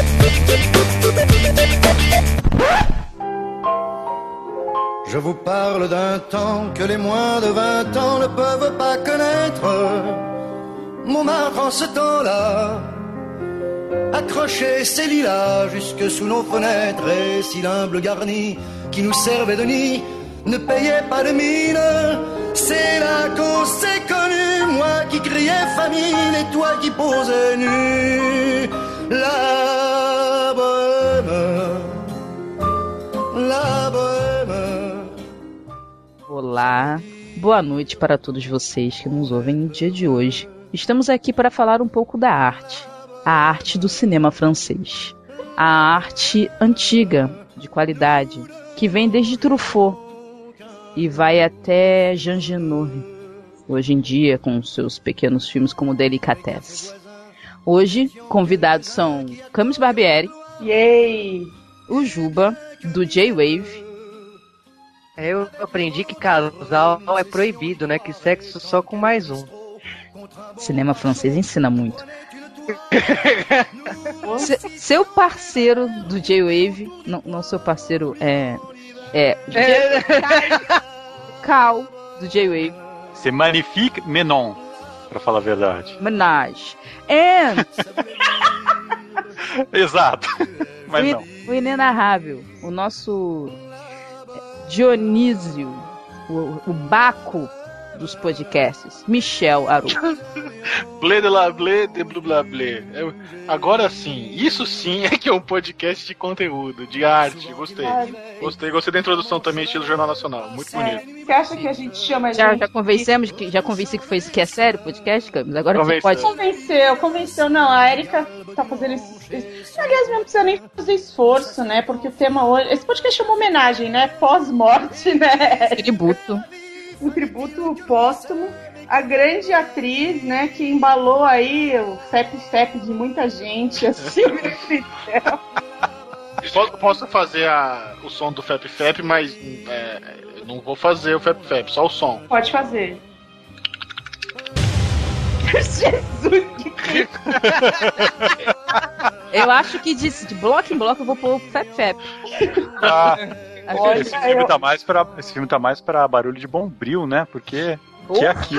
Je vous parle d'un temps que les moins de 20 ans ne peuvent pas connaître. Montmartre en ce temps-là accrochait ses lilas jusque sous nos fenêtres, et si l'humble garni qui nous servait de nid ne payait pas de mine, c'est là qu'on s'est connus, moi qui criais famine et toi qui posais nu. La bohème, la bohème. Olá, boa noite para todos vocês que nos ouvem no dia de hoje. Estamos aqui para falar um pouco da arte, a arte do cinema francês, a arte antiga, de qualidade, que vem desde Truffaut e vai até Jean Genot, hoje em dia com seus pequenos filmes como Délicatesse. Hoje, convidados são Camis Barbieri, Yay! O Juba, do J-Wave. Eu aprendi que casal é proibido, né? Que sexo só com mais um. Cinema francês ensina muito. Seu parceiro do J-Wave, não seu parceiro, Cal, do J-Wave. C'est magnifique, mais non, pra falar a verdade. Menage. And... Exato, mas não. O inenarrável, o nosso Dionísio, o Baco dos podcasts, Michel Arouca. Blé de la blé de blá blá blé. Agora sim, isso sim é que é um podcast de conteúdo, de arte. Gostei da introdução também, estilo Jornal Nacional. Muito bonito. Você acha que a gente chama Já gente... convencemos, já convenci que é sério o podcast, Camis? Agora você pode... Convenceu. Não, a Erika tá fazendo isso. Aliás, não precisa nem fazer esforço, né? Porque o tema hoje... Esse podcast é uma homenagem, né? Pós-morte, né? Tributo. Um tributo póstumo. A grande atriz, né, que embalou aí o FEP de muita gente, assim, Posso fazer o som do FEP, mas eu não vou fazer o FEP, só o som. Pode fazer. Jesus, que Eu acho que de bloco em bloco eu vou pôr o FEP. Esse filme tá mais pra barulho de Bombril, né? Porque que é aqui.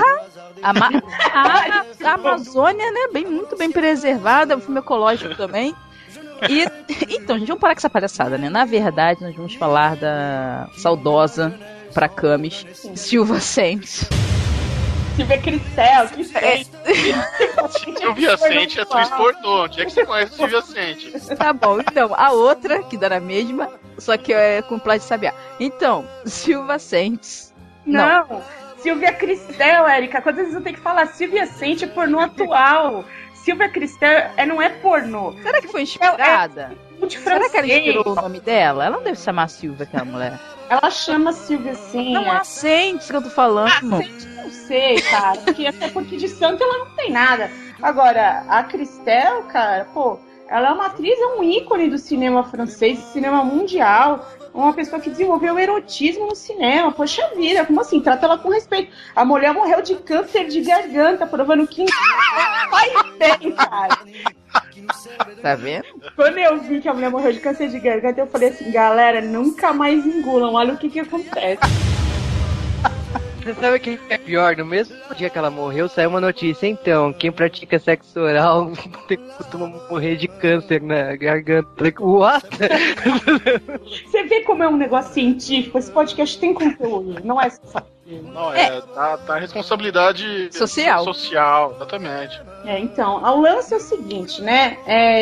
A Amazônia, né? Muito bem preservada, é um filme ecológico também. Então, gente, vamos parar com essa palhaçada, né? Na verdade, nós vamos falar da saudosa pra Camis, Silva Santos. Silvia Cristel, que fez. Silvia Sente é atriz pornô. Onde é que você conhece Silvia Sente? Tá bom, então, a outra, que dá na mesma, só que é com Plá de Sabiá. Então, Silva Santos. Não. Silvia Cristel, Érica. Quantas vezes eu tenho que falar? Silvia Sente é pornô atual. Silvia Cristel não é pornô. Será que foi inspirada? Será que ela inspirou o nome dela? Ela não deve chamar Silvia, aquela mulher. Ela chama Silvia Sente. Não há Sente que eu tô falando. Sente não sei, cara. Até porque de santo ela não tem nada. Agora, a Cristel, cara, pô, ela é uma atriz, é um ícone do cinema francês, do cinema mundial. Uma pessoa que desenvolveu o erotismo no cinema. Poxa vida, como assim? Trata ela com respeito. A mulher morreu de câncer de garganta, provando que faz bem, cara. Tá vendo? Quando eu vi que a mulher morreu de câncer de garganta, eu falei assim, galera, nunca mais engulam, olha o que acontece. Você sabe o que é pior? No mesmo dia que ela morreu, saiu uma notícia. Então, quem pratica sexo oral costuma morrer de câncer na garganta. What? Você vê como é um negócio científico? Esse podcast tem conteúdo, não é só... Não, tá responsabilidade social, exatamente. Então, o lance é o seguinte, né?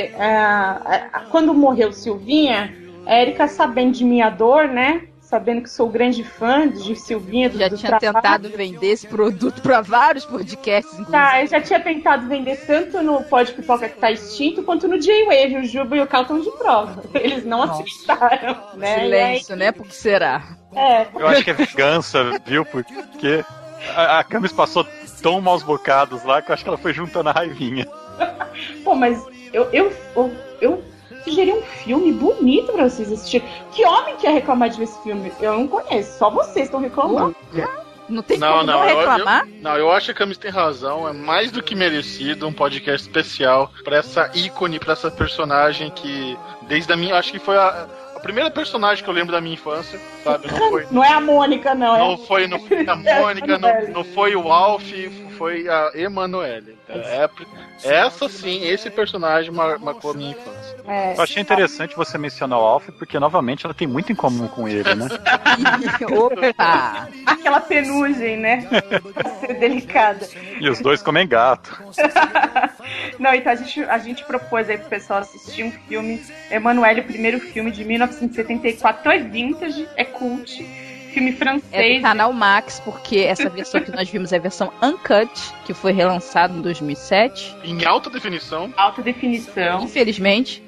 Quando morreu Silvinha, a Erika, sabendo de minha dor, né? Sabendo que sou grande fã de Silvinha, já tinha tentado vender esse produto para vários podcasts, inclusive. Tá, eu já tinha tentado vender tanto no Pod Pipoca que tá extinto, quanto no J-Wave. O Juba e o Cal estão de prova. Eles não aceitaram, né? Silêncio, né? Por que será? Eu acho que é vingança, viu? Porque a Camis passou tão maus bocados lá que eu acho que ela foi juntando a raivinha. Pô, mas eu sugeri um filme bonito pra vocês assistirem. Que homem quer reclamar de ver esse filme? Eu não conheço, só vocês estão reclamando. Não tem como não reclamar? Eu acho que a Camis tem razão. É mais do que merecido um podcast especial pra essa ícone, pra essa personagem que, desde a minha... Acho que foi a primeira personagem que eu lembro da minha infância, sabe? Não é a Mônica, não. Não foi a Mônica, não foi o Alf, foi a Emanuele. Essa sim, esse personagem marcou a minha infância. Eu achei interessante você mencionar o Alf, porque novamente ela tem muito em comum com ele, né? Opa! Aquela penugem, né? Pra ser delicada. E os dois comem gato. Não, então a gente propôs aí pro pessoal assistir um filme, Emanuele, o primeiro filme de 1974, é vintage, é cult, filme francês. É do canal Max, porque essa versão que nós vimos é a versão Uncut, que foi relançada em 2007. Em alta definição. Alta definição. Infelizmente.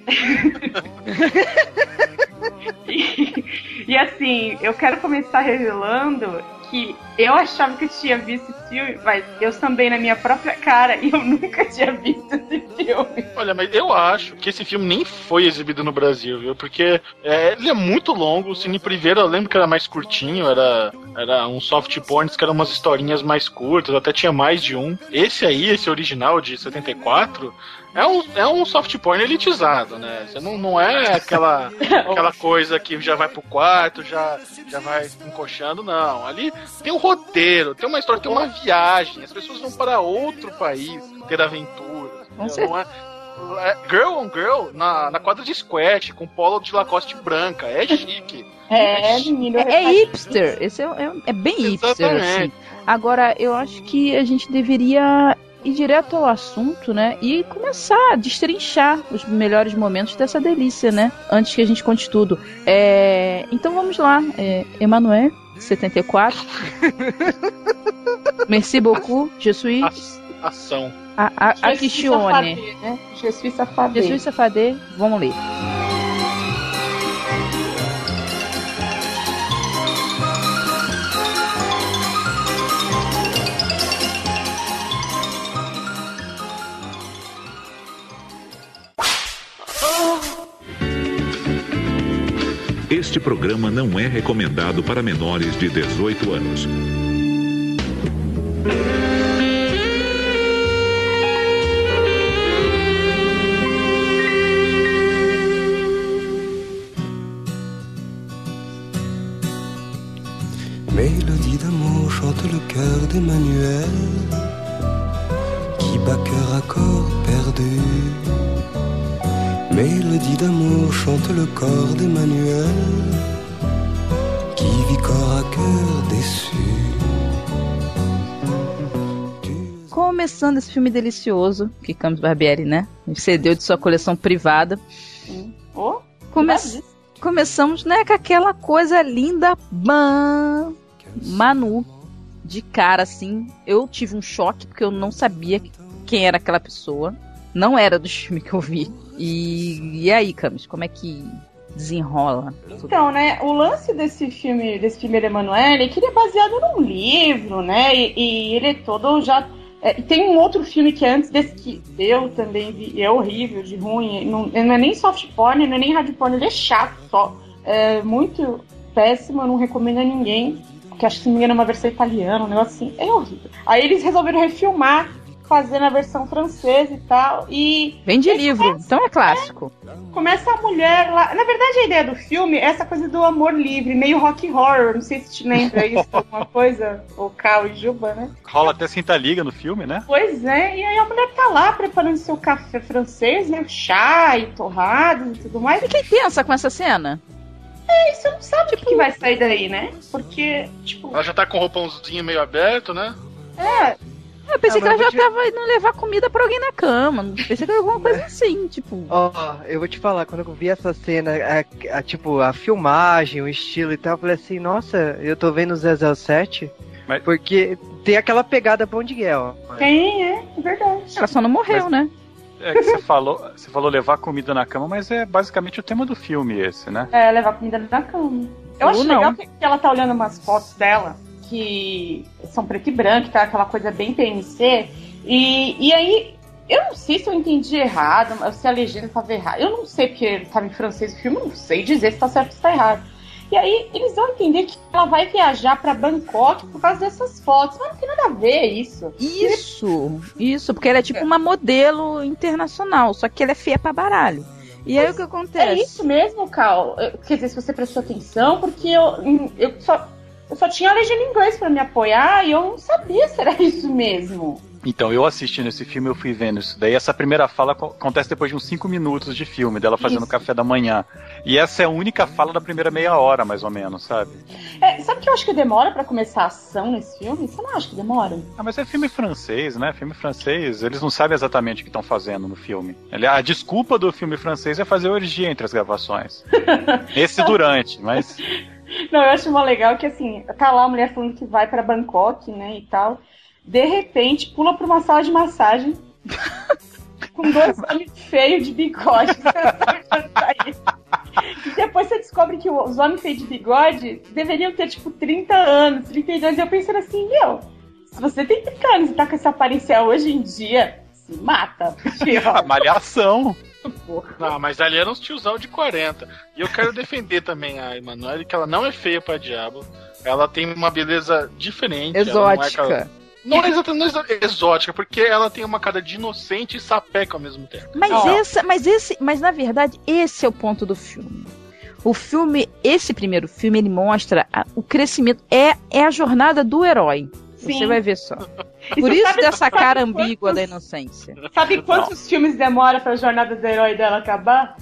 E assim, eu quero começar revelando que eu achava que eu tinha visto esse filme, mas eu também na minha própria cara e eu nunca tinha visto esse filme. Olha, mas eu acho que esse filme nem foi exibido no Brasil, viu? Porque ele é muito longo, o Cine Privé, eu lembro que era mais curtinho, era um soft porn, que eram umas historinhas mais curtas, até tinha mais de um. Esse original de 74... É um soft porn elitizado, né? Você não é aquela coisa que já vai pro quarto, já vai encoxando, não. Ali tem um roteiro, tem uma história, tem uma viagem. As pessoas vão para outro país ter aventuras. Não é girl on girl na quadra de squash, com polo de Lacoste branca. É chique. Menino. É hipster. Esse é bem hipster, assim. Agora, eu acho que a gente deveria ir direto ao assunto, né? E começar a destrinchar os melhores momentos dessa delícia, né? Antes que a gente conte tudo. Então vamos lá. Emanuele, 74. Merci beaucoup. Je suis... Ação. A Cristione. Né? Je suis safadé. Je suis safadé. Vamos ler. Este programa não é recomendado para menores de 18 anos. Mélodie d'amour chante le cœur d'Emmanuel, qui bat cœur à corps perdu. Mélodie d'amour chante le corps d'Emmanuel, qui vit corps à cœur déçu. Começando esse filme delicioso que Camis Barbieri, né, cedeu de sua coleção privada. Começamos, né, com aquela coisa linda, Manu, de cara, assim. Eu tive um choque porque eu não sabia quem era aquela pessoa. Não era do filme que eu vi. E aí, Camis, como é que desenrola? Então, né, o lance desse filme, desse primeiro Emanuele, é que ele é baseado num livro, né, e ele é todo já... tem um outro filme que é antes desse que eu também vi, é horrível, de ruim, não é nem soft porn, não é nem hard porn, ele é chato só, é muito péssimo, eu não recomendo a ninguém, porque acho que se não me engano é uma versão italiana, um negócio assim, é horrível. Aí eles resolveram refilmar, fazendo a versão francesa e tal, e... Vem de livro, então é clássico. Começa a mulher lá... Na verdade, a ideia do filme é essa coisa do amor livre, meio rock horror, não sei se te lembra isso, alguma coisa, o Cal e Juba, né? Rola até cinta-liga no filme, né? Pois é, e aí a mulher tá lá preparando seu café francês, né, chá e torradas e tudo mais. E quem pensa com essa cena? E você não sabe o que vai sair daí, né? Porque, tipo... Ela já tá com o roupãozinho meio aberto, né? Eu pensei que ela já tava indo levar comida pra alguém na cama. Pensei que era alguma coisa assim, tipo... Eu vou te falar, quando eu vi essa cena, tipo, a filmagem, o estilo e tal, eu falei assim, nossa, eu tô vendo o 007, porque tem aquela pegada Pão de Guel. Tem, é verdade. Ela só não morreu, né? É que você falou levar comida na cama, mas é basicamente o tema do filme esse, né? É, levar comida na cama. Eu acho legal que ela tá olhando umas fotos dela, que são preto e branco, tá? Aquela coisa bem PMC. E aí, eu não sei se eu entendi errado, se a legenda tava errada. Eu não sei, porque tava em francês o filme, eu não sei dizer se tá certo ou se tá errado. E aí eles vão entender que ela vai viajar pra Bangkok por causa dessas fotos. Mas não tem nada a ver isso. Isso, porque ela é tipo uma modelo internacional, só que ela é feia pra baralho. E aí o que acontece? É isso mesmo, Cal? Quer dizer, se você prestou atenção, porque eu só tinha a legenda em inglês pra me apoiar e eu não sabia se era isso mesmo. Então, eu assistindo esse filme, eu fui vendo isso daí. Essa primeira fala acontece depois de uns 5 minutos de filme, dela fazendo café da manhã. E essa é a única fala da primeira meia hora, mais ou menos, sabe? Sabe que eu acho que demora pra começar a ação nesse filme? Você não acha que demora? Mas é filme francês, né? Filme francês, eles não sabem exatamente o que estão fazendo no filme. A desculpa do filme francês é fazer orgia entre as gravações. Esse durante, mas... Não, eu acho mó legal que, assim, tá lá a mulher falando que vai pra Bangkok, né, e tal... De repente, pula pra uma sala de massagem com 2 homens feios de bigode. E depois você descobre que os homens feios de bigode deveriam ter, tipo, 30 anos, 32. E eu pensando assim, se você tem 30 anos e tá com essa aparência hoje em dia, se mata. Malhação. Não, mas ali era uns tiozão de 40. E eu quero defender também a Emanuele, que ela não é feia pra diabo. Ela tem uma beleza diferente. Exótica. Não é exatamente exótica, porque ela tem uma cara de inocente e sapeca ao mesmo tempo. Mas na verdade, esse é o ponto do filme. O filme, esse primeiro filme, ele mostra o crescimento, é a jornada do herói. Sim. Você vai ver só. Por isso dessa cara ambígua da inocência. Sabe quantos filmes demora pra jornada do herói dela acabar?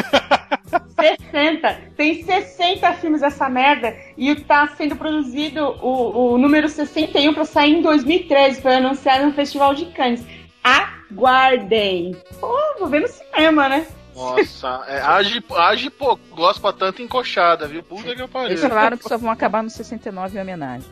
60. Tem 60 filmes dessa merda e tá sendo produzido o número 61 pra sair em 2013, foi anunciado no Festival de Cannes. Aguardem. Pô, vou ver no cinema, né? Nossa, age pô, gosto pra tanta encoxada, viu? Puta que eu pariu. Eles falaram que só vão acabar no 69 em homenagem.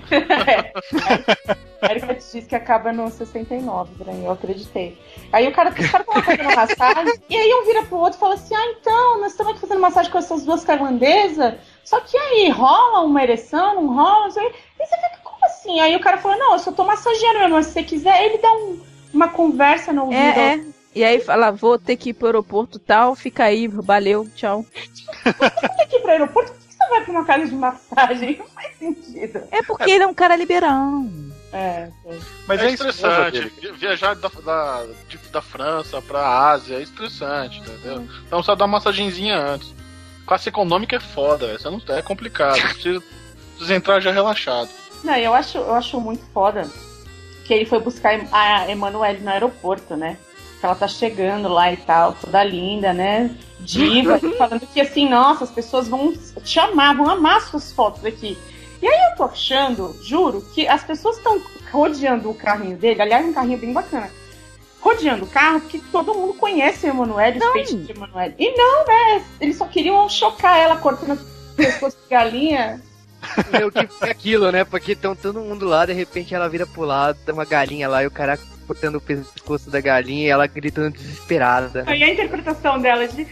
A Erika te disse que acaba no 69, Brian, eu acreditei. Aí os caras estão fazendo massagem, e aí um vira pro outro e fala assim, então, nós estamos aqui fazendo massagem com essas duas tailandesas, só que aí, rola uma ereção, não rola, não sei. E você fica, como assim? Aí o cara fala, não, eu só tô massageando mesmo, mas se você quiser, ele dá uma conversa no ouvido. E aí fala, vou ter que ir pro aeroporto tal, fica aí, valeu, tchau. Você tem que ir pro aeroporto? Por que você vai pra uma casa de massagem? Não faz sentido. É porque ele é um cara liberal. Mas é estressante. Viajar da França pra Ásia é estressante, entendeu? Então você dá uma massagenzinha antes. Classe econômica é foda, você não é complicado. Precisa entrar já relaxado. Não, eu acho muito foda que ele foi buscar a Emanuele no aeroporto, né? Que ela tá chegando lá e tal, toda linda, né? Diva, falando que assim, nossa, as pessoas vão te amar, vão amar suas fotos aqui. E aí eu tô achando, juro, que as pessoas estão rodeando o carrinho dele, aliás, um carrinho bem bacana, rodeando o carro, porque todo mundo conhece a Emanuele, os peitos de Emanuele. E não, né? Eles só queriam chocar ela cortando o pescoço de galinha. O que foi aquilo, né? Porque estão todo mundo lá, de repente ela vira pro lado, tem uma galinha lá e o cara cortando o pescoço da galinha e ela gritando desesperada. Aí a interpretação dela de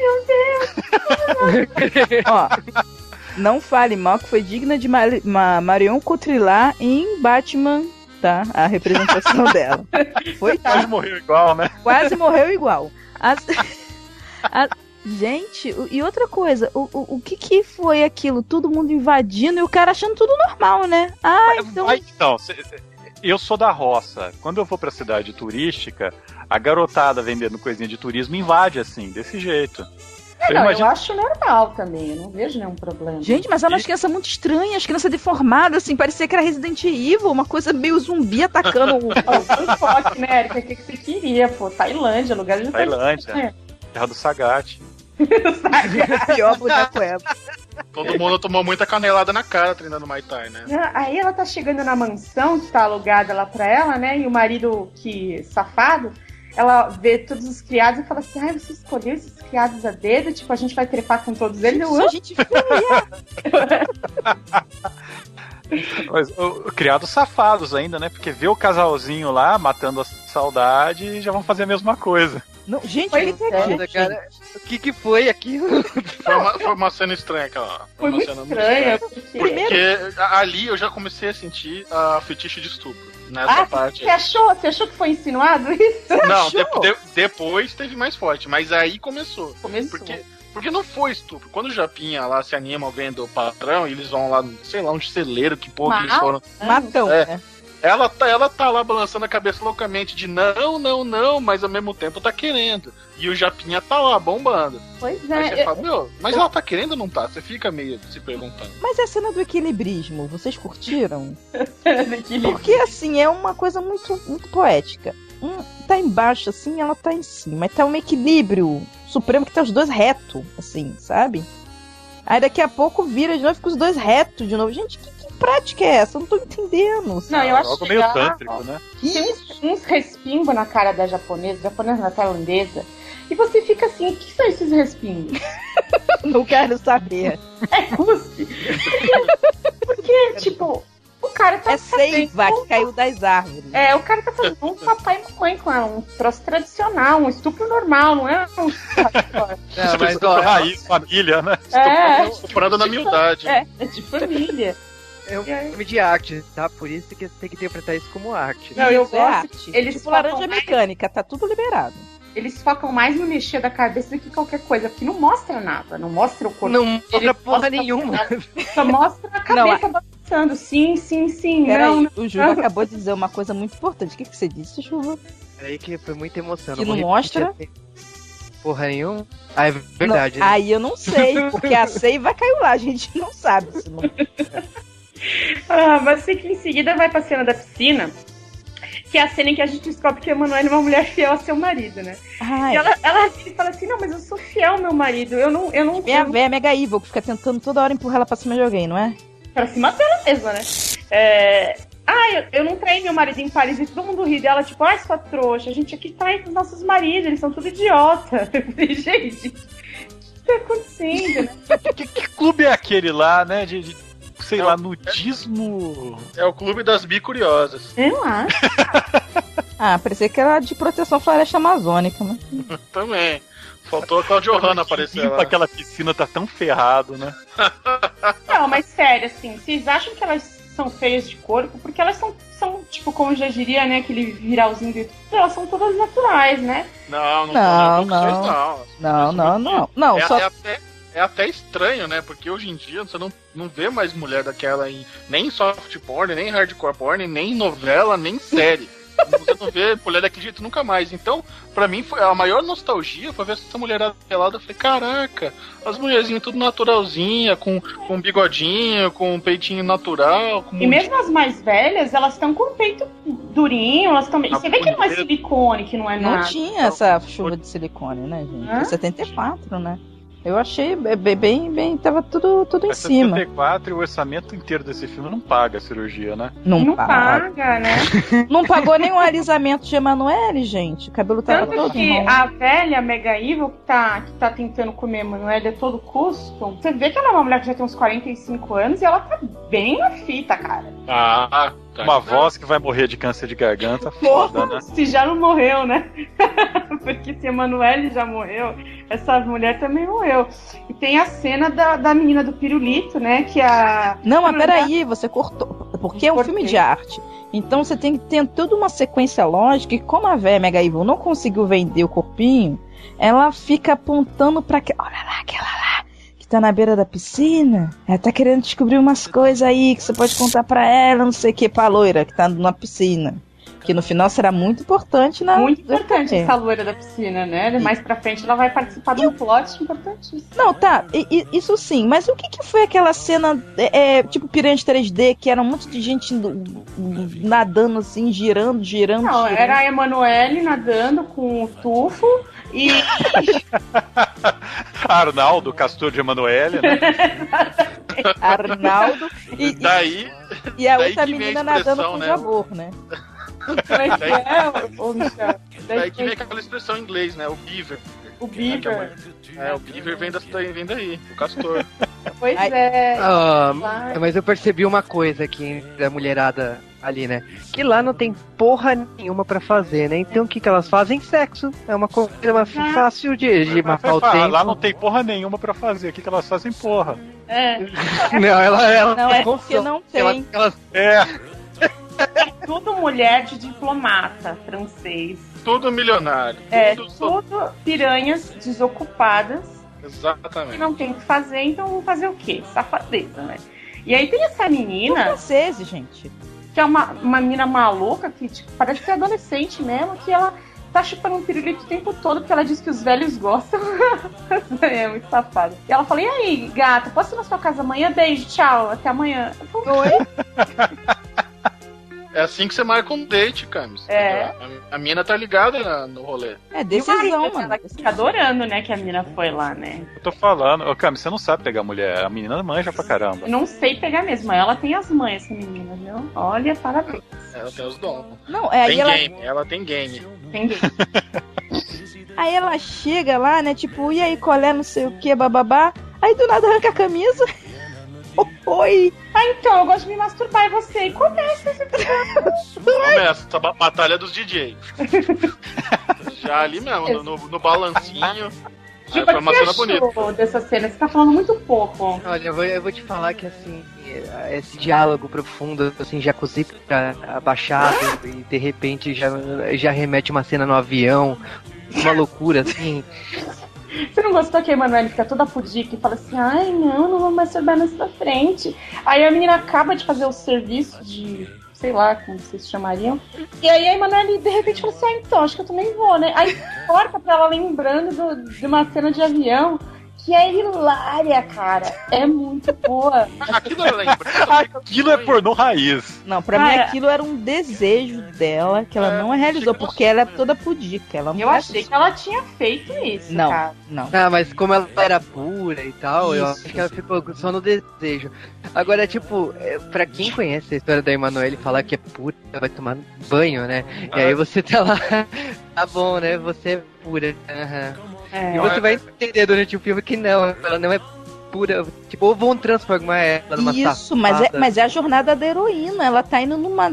oh meu Deus! Ó, não fale mal que foi digna de Marion Cotillard em Batman, tá? A representação dela. Foi quase morreu igual, né? Quase morreu igual. Gente, e outra coisa, o que foi aquilo? Todo mundo invadindo e o cara achando tudo normal, né? Então, eu sou da roça. Quando eu vou pra cidade turística, a garotada vendendo coisinha de turismo invade assim, desse jeito. Eu acho normal também, eu não vejo nenhum problema. Gente, mas eram umas crianças muito estranhas, crianças deformadas, assim, parecia que era Resident Evil, uma coisa meio zumbi atacando o foco, né, Erika? O que você queria, pô? Tailândia, lugar de Tailândia, terra do Sagat. Pior boneco é. Todo mundo tomou muita canelada na cara treinando Muay Thai, né? Aí ela tá chegando na mansão que tá alugada lá pra ela, né? E o marido, que safado, ela vê todos os criados e fala assim, você escolheu esses criados a dedo? Tipo, a gente vai trepar com todos eles? A gente Mas, criados safados ainda, né? Porque vê o casalzinho lá matando a saudade e já vão fazer a mesma coisa. Não, gente, cara, o que foi aquilo? Foi uma cena estranha aquela. Foi muito estranha. Porque ali eu já comecei a sentir a fetiche de estupro. Nessa parte. Você achou que foi insinuado isso? Não, depois teve mais forte, mas aí começou. Porque Porque não foi estupro. Quando o Japinha lá se anima vendo o patrão e eles vão lá, sei lá, um celeiro, que porra que eles foram. Matão, né? Ela tá lá balançando a cabeça loucamente de não, mas ao mesmo tempo tá querendo. E o Japinha tá lá bombando. Pois Aí é. você fala, mas ela tá querendo ou não tá? Você fica meio se perguntando. Mas a cena do equilibrismo, vocês curtiram? Equilíbrio. Porque, assim, é uma coisa muito, muito poética. Tá embaixo, assim, ela tá em cima. Tá um equilíbrio supremo que tá os dois retos, assim, sabe? Aí daqui a pouco vira de novo e fica os dois retos de novo. Gente, que prática é essa? Eu não tô entendendo. Não, eu acho Algo meio tântrico, né? Tem uns respingos na cara da japonesa na tailandesa, e você fica assim, o que são esses respingos? Não quero saber. É cuspe. Porque, tipo, o cara tá seiva que caiu das árvores. O cara tá fazendo um papai e mamãe com ela, um troço tradicional, um estupro normal, não é um Não, mas raiz, família, né? Estuprando na humildade. É de família. É um filme de arte, tá? Por isso que você tem que interpretar isso como arte. Não, eu Isso é gosto. arte. Eles Tipo laranja mais, mecânica, tá tudo liberado. eles focam mais no mexer da cabeça do que qualquer coisa, porque não mostra nada, não mostra o corpo. Não mostra porra nenhuma. Só mostra a cabeça balançando. Sim. Peraí, o Juba acabou de dizer uma coisa muito importante. O que você disse, Juba? Aí que foi muita emoção. Que não mostra? Porra nenhuma. Ah, é verdade. Não, né? Aí eu não sei, porque a seiva caiu lá, a gente não sabe. Se não... Mas sei que em seguida vai pra cena da piscina, que é a cena em que a gente descobre que a Emanuele é uma mulher fiel ao seu marido, né? Ai. E ela fala assim, não, mas eu sou fiel ao meu marido, eu não... É a véia mega evil, que fica tentando toda hora empurrar ela pra cima de alguém, não é? Pra cima dela mesma, né? Eu não traí meu marido em Paris, e todo mundo ri dela, tipo, sua trouxa, a gente aqui trai os nossos maridos, eles são tudo idiota. Eu falei, gente, o que tá acontecendo, né? Que clube é aquele lá, né? Sei lá, nudismo. É o clube das bicuriosas. Eu acho. Parecia que era de proteção floresta amazônica, né? Também. Faltou a Claudio Hanna aparecer lá. Aquela piscina tá tão ferrado, né? Não, mas sério, assim, vocês acham que elas são feias de corpo? Porque elas são tipo, como já diria, né, aquele viralzinho do YouTube, elas são todas naturais, né? Não. É até estranho, né? Porque hoje em dia você não vê mais mulher daquela nem em soft porn, nem em hardcore porn, nem em novela, nem em série. Você não vê mulher daquele jeito nunca mais. Então, pra mim, a maior nostalgia foi ver essa mulherada pelada. Eu falei, caraca, as mulherzinhas tudo naturalzinha, com bigodinho, com peitinho natural. E mesmo as mais velhas, elas estão com o peito durinho, elas estão... Você vê que não é silicone, que não é nada. Não tinha essa chuva de silicone, né, gente? Foi 74, né? Eu achei bem, tava tudo em cima. 74 e o orçamento inteiro desse filme não paga a cirurgia, né? Não paga, né? Não pagou nem o alisamento de Emanuele, gente. O cabelo tava Tanto todo que enrolado. a velha Mega Evil que tá tentando comer Emanuele a todo custo, você vê que ela é uma mulher que já tem uns 45 anos e ela tá bem na fita, cara. Tá. Uma voz que vai morrer de câncer de garganta, foda, né? Se já não morreu, né? Porque se a Emanuele já morreu, essa mulher também morreu. E tem a cena da menina do pirulito, né? Que a... Não, mas peraí, você cortou. Porque é um filme de arte. Então você tem que ter toda uma sequência lógica. E como a véia Mega Evil não conseguiu vender o corpinho, ela fica apontando pra... Olha lá, aquela lá, que tá na beira da piscina. Ela tá querendo descobrir umas coisas aí que você pode contar pra ela, não sei o que, pra loira que tá na piscina. Que no final será muito importante Muito importante essa loira da piscina, né? Mais pra frente ela vai participar de um plot importantíssimo. Não, tá, isso sim, mas o que foi aquela cena tipo Piranha 3D, que era um monte de gente nadando assim, girando. Não, era a Emanuele nadando com o tufo e... Arnaldo, castor de Emanuele, né? Arnaldo e a outra menina nadando com o né? Jabor, né? Como é que é, Michel? Daí que vem aquela expressão em inglês, né? O beaver. O beaver. O beaver vem daí, o castor. Pois é. Mas eu percebi uma coisa aqui da mulherada ali, né? Que lá não tem porra nenhuma pra fazer, né? Então o que elas fazem? Sexo. É uma coisa fácil de matar o tempo. Lá não tem porra nenhuma pra fazer. O que elas fazem, porra? Não, ela não, é porque não tem. É tudo mulher de diplomata francês. Tudo milionário. Tudo piranhas desocupadas Exatamente. Não tem o que fazer, então vamos fazer o quê? Safadeza, né? E aí tem essa menina... Franceses, gente. Que é uma menina maluca, que tipo, parece ser adolescente mesmo, que ela tá chupando um pirulito o tempo todo, porque ela diz que os velhos gostam. É muito safada. E ela fala, e aí, gata, posso ir na sua casa amanhã? Beijo, tchau, até amanhã. Oi? É assim que você marca um date, Camis. É. A mina tá ligada no rolê. É decisão, mano. Ela fica adorando, né, que a menina foi lá, né? Eu tô falando, ô Camis, você não sabe pegar mulher, a menina manja pra caramba. Eu não sei pegar mesmo, ela tem as manhas, essa menina, viu? Olha, parabéns. Ela tem os dons. Não, Tem aí game, ela tem game. Tem game. Aí ela chega lá, né, tipo, e aí, colé, não sei o que, bababá. Aí do nada arranca a camisa. Oi! Ah, então, eu gosto de me masturbar e você. E começa esse programa. Começa essa batalha dos DJ. Já ali mesmo, no balancinho. Tipo, Foi uma cena bonita. Dessa cena, você tá falando muito pouco. Olha, eu vou te falar que assim, esse diálogo profundo, assim, jacuzzi abaixado e de repente já remete uma cena no avião, uma loucura, assim. Você não gostou que a Emanuele fica toda pudica e fala assim, ai não vou masturbar na sua frente. Aí a menina acaba de fazer o serviço de, sei lá, como vocês chamariam. E aí a Emanuele de repente fala assim, então, acho que eu também vou, né? Aí corta pra ela lembrando de uma cena de avião que é hilária, cara. É muito boa. Aquilo eu lembro. Aquilo é pornô raiz. Não, pra mim aquilo era um desejo dela que ela não realizou, porque ela é toda pudica. Ela não eu achei que ela tinha feito isso, não, cara. Não. Ah, mas como ela era pura e tal, eu Isso. acho que ela ficou só no desejo. Agora, tipo, pra quem conhece a história da Emanuele, falar que é pura, vai tomar banho, né? E aí você tá lá, tá bom, né? Você é pura. Aham. É. E você vai entender durante o filme que não, ela não é pura. Tipo, ou vão transformar ela numa Isso, safada. mas é a jornada da heroína. Ela tá indo numa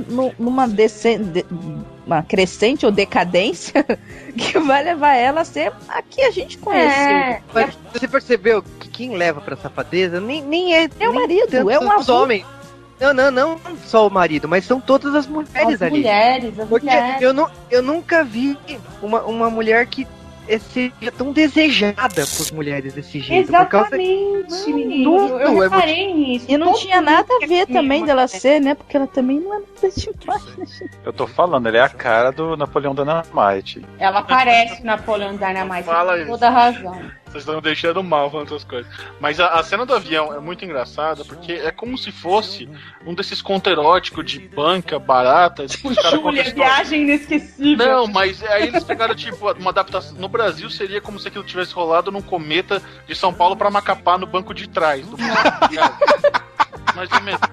uma crescente ou decadência que vai levar ela a ser a que a gente conheceu. Mas você percebeu que quem leva pra safadeza nem é É o nem marido, tanto é um os avô. homens. Não só o marido, mas são todas as mulheres As ali. mulheres, as Porque mulheres. eu nunca vi uma mulher que seja tão desejada por mulheres desse jeito. Exatamente, menino. Eu reparei nisso. E não Todo tinha nada a mundo ver que também filma, dela né? ser, né? Porque ela também não é nada demais, né, gente? Eu tô falando, ele é a cara do Napoleão Dynamite. Ela parece Napoleão Dynamite. Fala Com isso. toda razão. Vocês estão me deixando mal falando essas coisas. Mas a cena do avião é muito engraçada, porque é como se fosse um desses contos eróticos de banca barata. Os caras contam Júlia, história. viagem inesquecível. Não, mas aí eles pegaram, tipo, uma adaptação. No Brasil seria como se aquilo tivesse rolado num cometa de São Paulo pra Macapá no banco de trás do mais ou menos.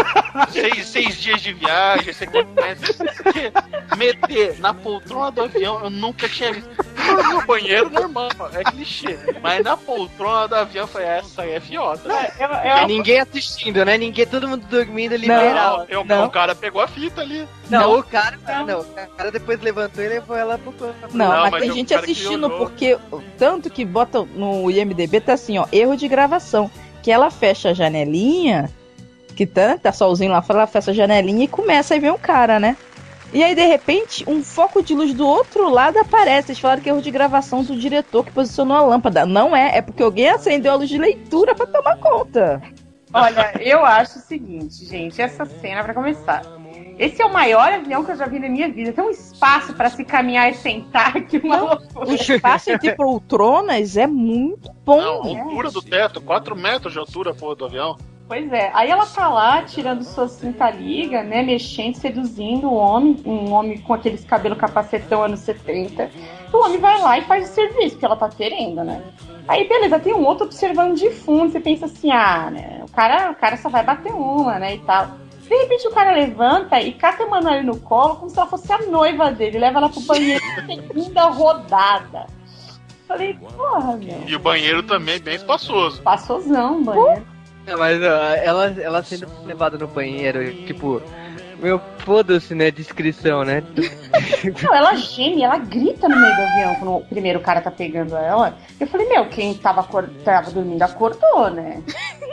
6 dias de viagem, você conhece. Porque meter na poltrona do avião eu nunca tinha visto. No banheiro normal, é clichê. Mas na poltrona do avião eu falei, essa aí é fiota. E ninguém assistindo, né? Todo mundo dormindo liberal. O cara pegou a fita ali. O cara depois levantou e levou ela pro corpo. Não, mas tem o gente cara que assistindo olhou. porque tanto que bota no IMDB tá assim, ó, erro de gravação, que ela fecha a janelinha, que tá solzinho lá fora, ela fecha a janelinha e começa a ver um cara, né? E aí, de repente, um foco de luz do outro lado aparece. Eles falaram que é erro de gravação do diretor que posicionou a lâmpada. Não é porque alguém acendeu a luz de leitura pra tomar conta. Olha, eu acho o seguinte, gente, essa cena, pra começar. Esse é o maior avião que eu já vi na minha vida. Tem um espaço pra se caminhar e sentar que uma loucura. O espaço entre poltronas é muito bom. Não, a altura do teto, 4 metros de altura, porra, do avião. Pois é, aí ela tá lá tirando sua cinta-liga, né, mexendo, seduzindo o homem, um homem com aqueles cabelos capacetão anos 70. O homem vai lá e faz o serviço que ela tá querendo, né? Aí, beleza, tem um outro observando de fundo, você pensa assim, né, o cara só vai bater uma, né, e tal. De repente o cara levanta e cata a Emanuele no colo como se ela fosse a noiva dele, leva ela pro banheiro segunda rodada. Falei, porra, meu. E o banheiro também bem espaçoso. Espaçosão, banheiro. Mas ela sendo levada no banheiro, tipo, meu, foda-se, né, descrição, né? Não, ela geme, ela grita no meio do avião quando o primeiro cara tá pegando ela. Eu falei, quem tava dormindo acordou, né?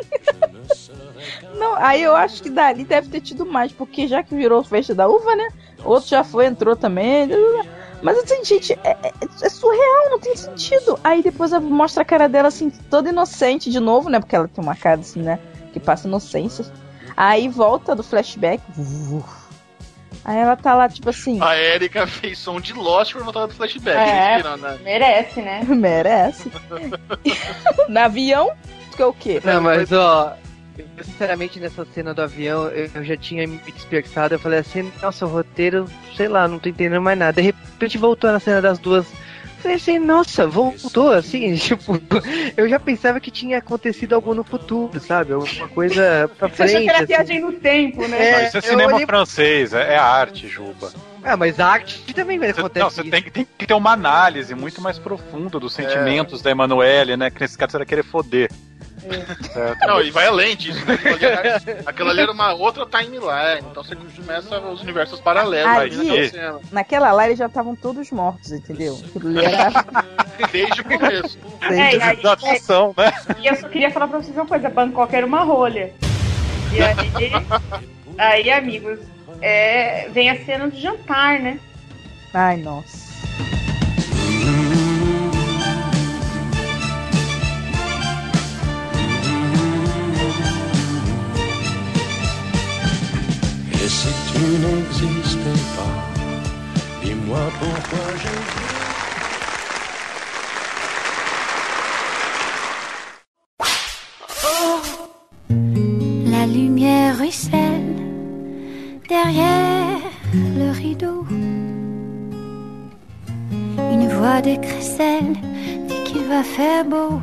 Não, aí eu acho que dali deve ter tido mais, porque já que virou festa da uva, né? Outro já entrou também. Mas assim, gente, é surreal, não tem sentido. Aí depois mostra a cara dela assim, toda inocente de novo, né? Porque ela tem uma cara assim, né? Que passa inocência. Aí volta do flashback. Aí ela tá lá, tipo assim... A Erika fez som de Lost por voltar do flashback. Merece, né? Merece. No avião, que é o quê? Não, mas ó... Eu, sinceramente, nessa cena do avião, eu já tinha me dispersado. Eu falei assim, nossa, o roteiro, sei lá, não tô entendendo mais nada. De repente voltou na cena das duas. Eu falei assim, nossa, voltou assim, tipo, eu já pensava que tinha acontecido algo no futuro, sabe? Alguma coisa pra frente. Você achou que era viagem no tempo, né? Isso é cinema francês, é arte, Juba. Ah, mas a arte também acontece. Não, você tem que ter uma análise muito mais profunda dos sentimentos da Emanuele, né? Que nesse caso você vai querer foder. Não, e vai além disso, né? Aquela ali era uma outra timeline, então você começa os universos paralelos. Naquela lá eles já estavam todos mortos, entendeu? Desde o começo. Desde a adaptação, né? E eu só queria falar pra vocês uma coisa, Bangkok era uma rolha. E aí amigos, vem a cena do jantar, né? Ai, nossa. Et si tu n'existais pas, dis-moi pourquoi La lumière ruisselle derrière le rideau. Une voix de crécelle dit qu'il va faire beau.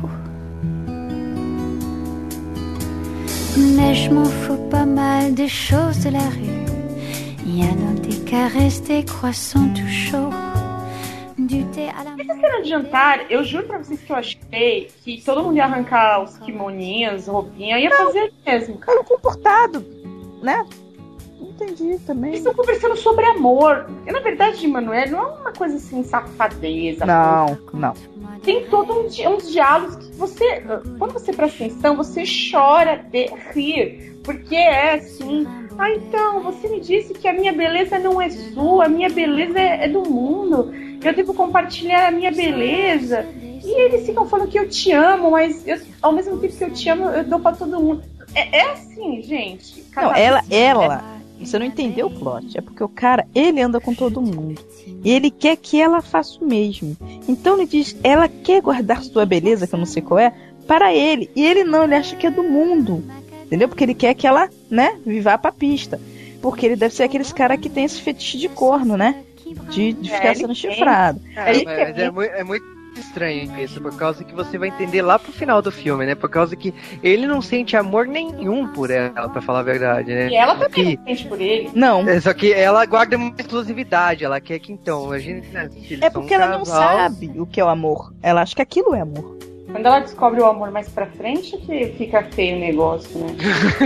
Mais je m'en fous pas mal des choses de la rue. Il y a donc des caresses, des croissants tout chauds. Du thé à la... Essa cena de jantar, eu juro pra vocês que eu achei que todo mundo ia arrancar os kimoninhos, roupinha, ia fazer mesmo. Cara, comportado, né? Não entendi também. Eles estão conversando sobre amor. E na verdade, Emanuele, não é uma coisa assim, safadeza. Não. Tem todos uns diálogos que você, quando você presta atenção, você chora de rir. Porque é assim, então, você me disse que a minha beleza não é sua, a minha beleza é do mundo. Eu devo compartilhar a minha beleza. E eles ficam falando que eu te amo, mas ao mesmo tempo que eu te amo, eu dou pra todo mundo. É assim, gente. Não, ela... Você não entendeu o plot. É porque o cara, ele anda com todo mundo. E ele quer que ela faça o mesmo. Então ele diz, ela quer guardar sua beleza, que eu não sei qual é, para ele. E ele não, ele acha que é do mundo. Entendeu? Porque ele quer que ela, né, viva pra pista. Porque ele deve ser aqueles cara que tem esse fetiche de corno, né? De ficar sendo chifrado. É muito estranho isso, por causa que você vai entender lá pro final do filme, né? Por causa que ele não sente amor nenhum por ela, pra falar a verdade, né? E ela também não sente por ele. Não. Só que ela guarda uma exclusividade, ela quer que então, imagina, é porque ela não sabe o que é o amor. Ela acha que aquilo é amor. Quando ela descobre o amor mais pra frente, que fica feio o negócio, né?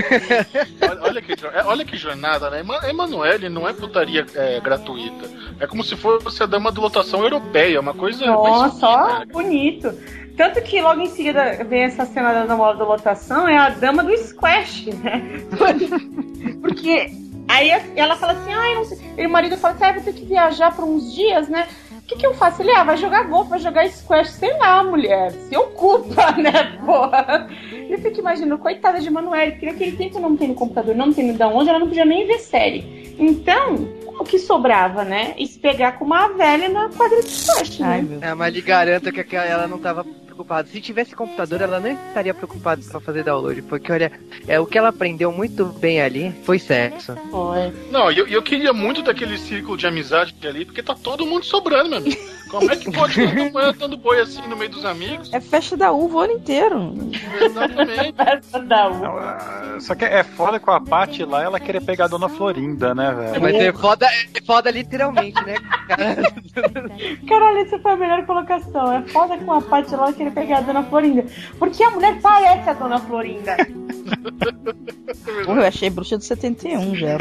olha que jornada, né? Emanuele não é putaria gratuita. É como se fosse a dama de lotação europeia, uma coisa... Nossa, ó, bonito. Tanto que logo em seguida vem essa cena da dama de lotação, é a dama do squash, né? Porque aí ela fala assim, não sei. E o marido fala assim, vou ter que viajar por uns dias, né? O que eu faço? Ele, vai jogar golfe, vai jogar squash, sei lá, mulher, se ocupa, né, porra? Eu fico imaginando, coitada de Emanuele, porque naquele tempo não tem no computador, não tem de onde, ela não podia nem ver série. Então, o que sobrava, né? E se pegar com uma velha na quadra de squash, né? Mas lhe garanto que ela não tava preocupada. Se tivesse computador, ela não estaria preocupada pra fazer download, porque, olha, o que ela aprendeu muito bem ali foi sexo. Foi. Não, eu queria muito daquele círculo de amizade ali, porque tá todo mundo sobrando, meu amigo. Como é que pode ficar dando boi assim no meio dos amigos? É festa da uva o ano inteiro. Exatamente. Festa da uva. Só que é foda com a Paty lá, ela querer pegar a Dona Florinda, né, velho? Mas é foda literalmente, né? Caralho, essa foi a melhor colocação. É foda com a Paty lá querer pegar a Dona Florinda. Porque a mulher parece a Dona Florinda. Porra, eu achei Bruxa do 71 já.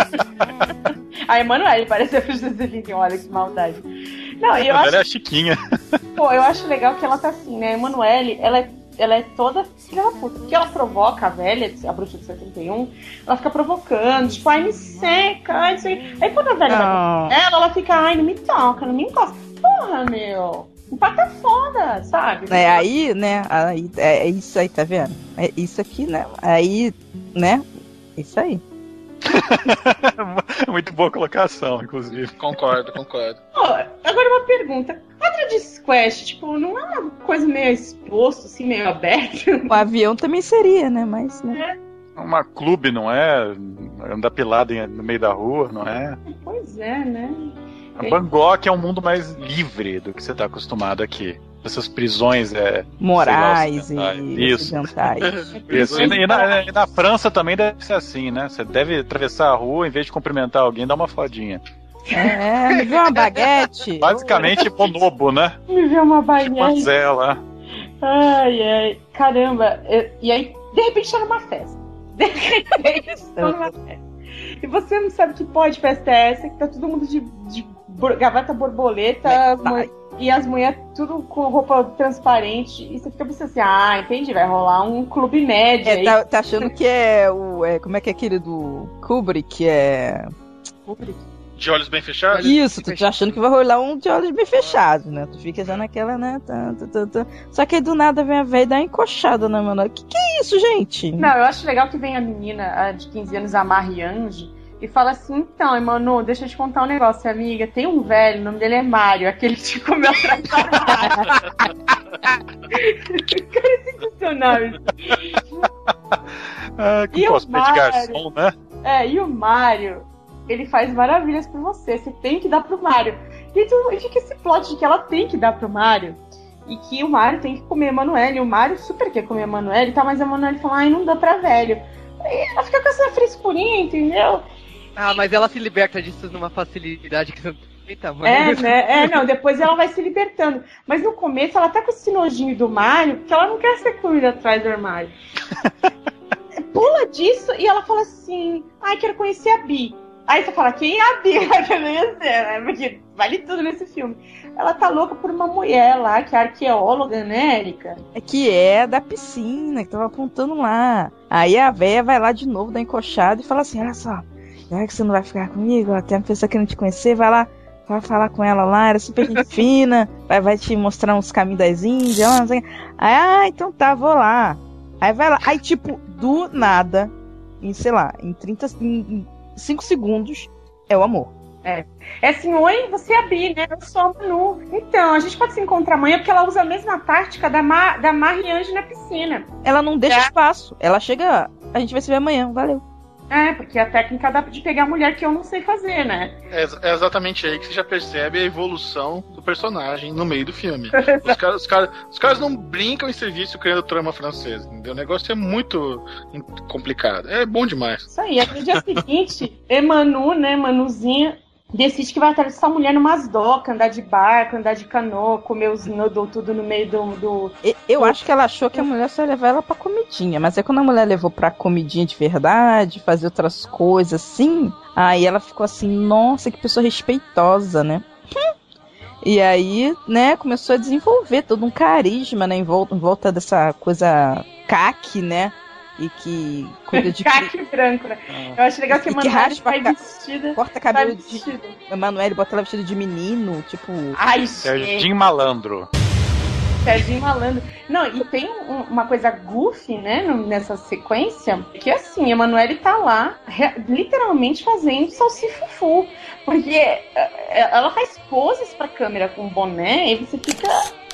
A Emanuele parece a Bruxa do 71, olha que maldade. Não, eu acho... Ela é a Chiquinha. Pô, eu acho legal que ela tá assim, né? A Emanuele, ela ela é toda filha da puta. Porque ela provoca a velha, a bruxa de 71, ela fica provocando, tipo, ai, me seca, ai, isso aí. Aí quando a velha vai com ela fica, ai, não me toca, não me encosta. Porra, meu. Empata foda, sabe? Aí, né? Aí, é isso aí, tá vendo? É isso aqui, né? Aí, né? Isso aí. Muito boa colocação, inclusive. Concordo. Agora uma pergunta. A Tradis Quest, tipo, não é uma coisa meio exposto, assim, meio aberto? O avião também seria, né? Mas, né? Uma clube, não é? Andar pelado no meio da rua, não é? Pois é, né? Bangkok é um mundo mais livre do que você está acostumado aqui. Essas prisões morais lá, e ocidentais. Isso. E na França também deve ser assim, né? Você deve atravessar a rua, em vez de cumprimentar alguém, dar uma fodinha. Me viu uma baguete? Basicamente bonobo, né? Me viu uma baguete. Manzela. Ai, caramba. E aí, de repente, tá numa festa. De repente, tá numa festa. E você não sabe que pode festa é essa, que tá todo mundo de gaveta borboleta, e as mulheres tudo com roupa transparente, e você fica pensando assim, entendi, vai rolar um clube médio aí. Tá achando que é o... como é que é aquele do Kubrick, Kubrick? De olhos bem fechados? Isso, tu tá achando que vai rolar um de olhos bem fechados, né? Tu fica já naquela, né? Só que aí do nada vem a velha e dá uma encoxada na mano. Que é isso, gente? Não, eu acho legal que vem a menina de 15 anos, a Mariange, e fala assim, então, Manu, deixa eu te contar um negócio, amiga. Tem um velho, o nome dele é Mário, aquele que te comeu atrás do armário. Cara, é sensacional isso. Com cosplay de garçom, né? E o Mário, ele faz maravilhas por você. Você tem que dar pro Mário. E fica esse plot de que ela tem que dar pro Mário. E que o Mário tem que comer a Emanuele. E o Mário super quer comer a Emanuele, tá? Mas a Emanuele fala, ai, não dá pra velho. E ela fica com essa frescurinha, entendeu? Mas ela se liberta disso numa facilidade que não tem tamanho. Não, depois ela vai se libertando. Mas no começo ela tá com esse nojinho do Mário, porque ela não quer ser comida atrás do armário. Pula disso e ela fala assim, quero conhecer a Bi. Aí você fala, quem é a Bi? Vai conhecer, né? Porque vale tudo nesse filme. Ela tá louca por uma mulher lá, que é arqueóloga, né, Erika? Que é da piscina, que tava apontando lá. Aí a véia vai lá de novo, dá encoxada e fala assim, olha só, já que você não vai ficar comigo, até a pessoa querendo te conhecer, vai lá, vai falar com ela lá, era super gente fina, vai te mostrar uns caminhos das Índias, não sei. Aí, então tá, vou lá. Aí vai lá, aí tipo, do nada, em 5 segundos, é o amor. É assim, oi, você é a Bi, né? Eu sou a Manu. Então, a gente pode se encontrar amanhã porque ela usa a mesma tática da Mariange na piscina. Ela não deixa espaço. Ela chega, a gente vai se ver amanhã, valeu. Porque a técnica dá de pegar a mulher que eu não sei fazer, né? É exatamente aí que você já percebe a evolução do personagem no meio do filme. Os caras não brincam em serviço criando trama francesa, entendeu? O negócio é muito complicado. É bom demais. Isso aí. No dia seguinte, Manuzinha, decide que vai atrás dessa mulher numas docas, andar de barco, andar de canoa, comer os noodles tudo no meio do... Eu acho que ela achou que a mulher só ia levar ela pra comidinha, mas é quando a mulher levou pra comidinha de verdade, fazer outras coisas assim, aí ela ficou assim, nossa, que pessoa respeitosa, né? E aí, né, começou a desenvolver todo um carisma, né, em volta dessa coisa caque, né? E que cuida de... Caque branco, né? Eu acho legal que a Emanuele vai vestida... Corta cabelo de... Emanuele bota ela vestida de menino, tipo... Ai, Serginho Malandro. Serginho Malandro. Não, e tem uma coisa goofy, né, nessa sequência, que assim, a Emanuele tá lá, literalmente fazendo salsifufu. Porque ela faz poses pra câmera com boné e você fica...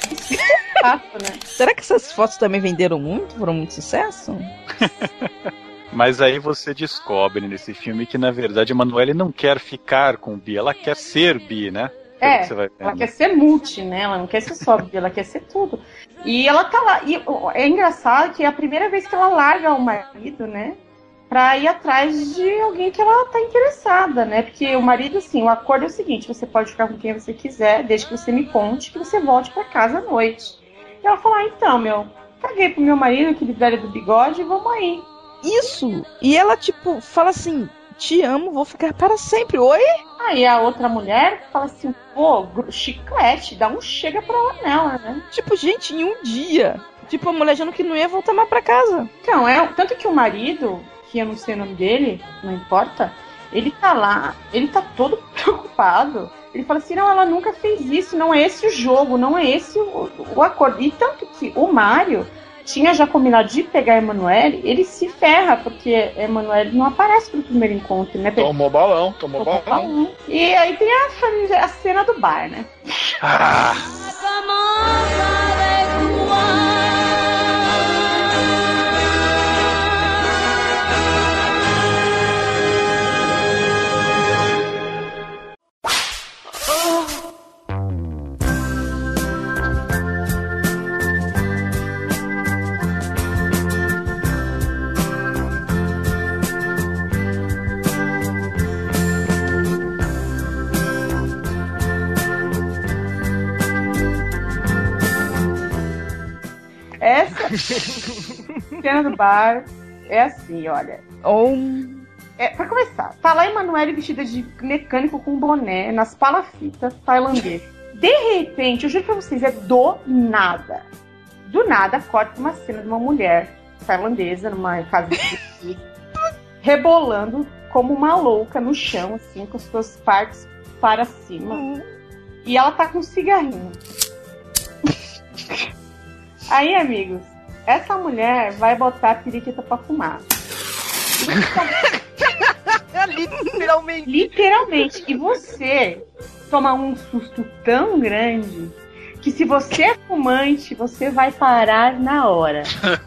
né? Será que essas fotos também venderam muito? Foram muito sucesso? Mas aí você descobre nesse filme que, na verdade, a Emanuele não quer ficar com o Bi, ela quer ser Bi, né? Ela quer ser multi, né? Ela não quer ser só Bi, ela quer ser tudo. E ela tá lá. E é engraçado que é a primeira vez que ela larga o marido, né? Pra ir atrás de alguém que ela tá interessada, né? Porque o marido, assim, o acordo é o seguinte: você pode ficar com quem você quiser, desde que você me conte que você volte pra casa à noite. E ela fala, então, caguei pro meu marido, aquele velho do bigode, e vamos aí. Isso! E ela, tipo, fala assim, te amo, vou ficar para sempre, oi? Aí a outra mulher fala assim, chiclete, dá um chega pra ela nela, né? Tipo, gente, em um dia, Tipo, a mulher já que não ia voltar mais pra casa. Então, tanto que o marido, que eu não sei o nome dele, não importa, ele tá lá, ele tá todo preocupado. Ele fala assim, não, ela nunca fez isso, não é esse o jogo, não é esse o acordo. E tanto que o Mário tinha já combinado de pegar a Emanuele, ele se ferra, porque a Emanuele não aparece pro primeiro encontro, né? Tomou balão. E aí tem a cena do bar, né? Essa cena do bar é assim, olha. Pra começar, tá lá a Emanuele vestida de mecânico com boné, nas palafitas tailandês. De repente, eu juro pra vocês, do nada, corta uma cena de uma mulher tailandesa numa casa de rebolando como uma louca no chão, assim, com as suas partes para cima. E ela tá com um cigarrinho. Aí, amigos, essa mulher vai botar a periquita pra fumar. Literalmente. E você toma um susto tão grande que se você é fumante, você vai parar na hora.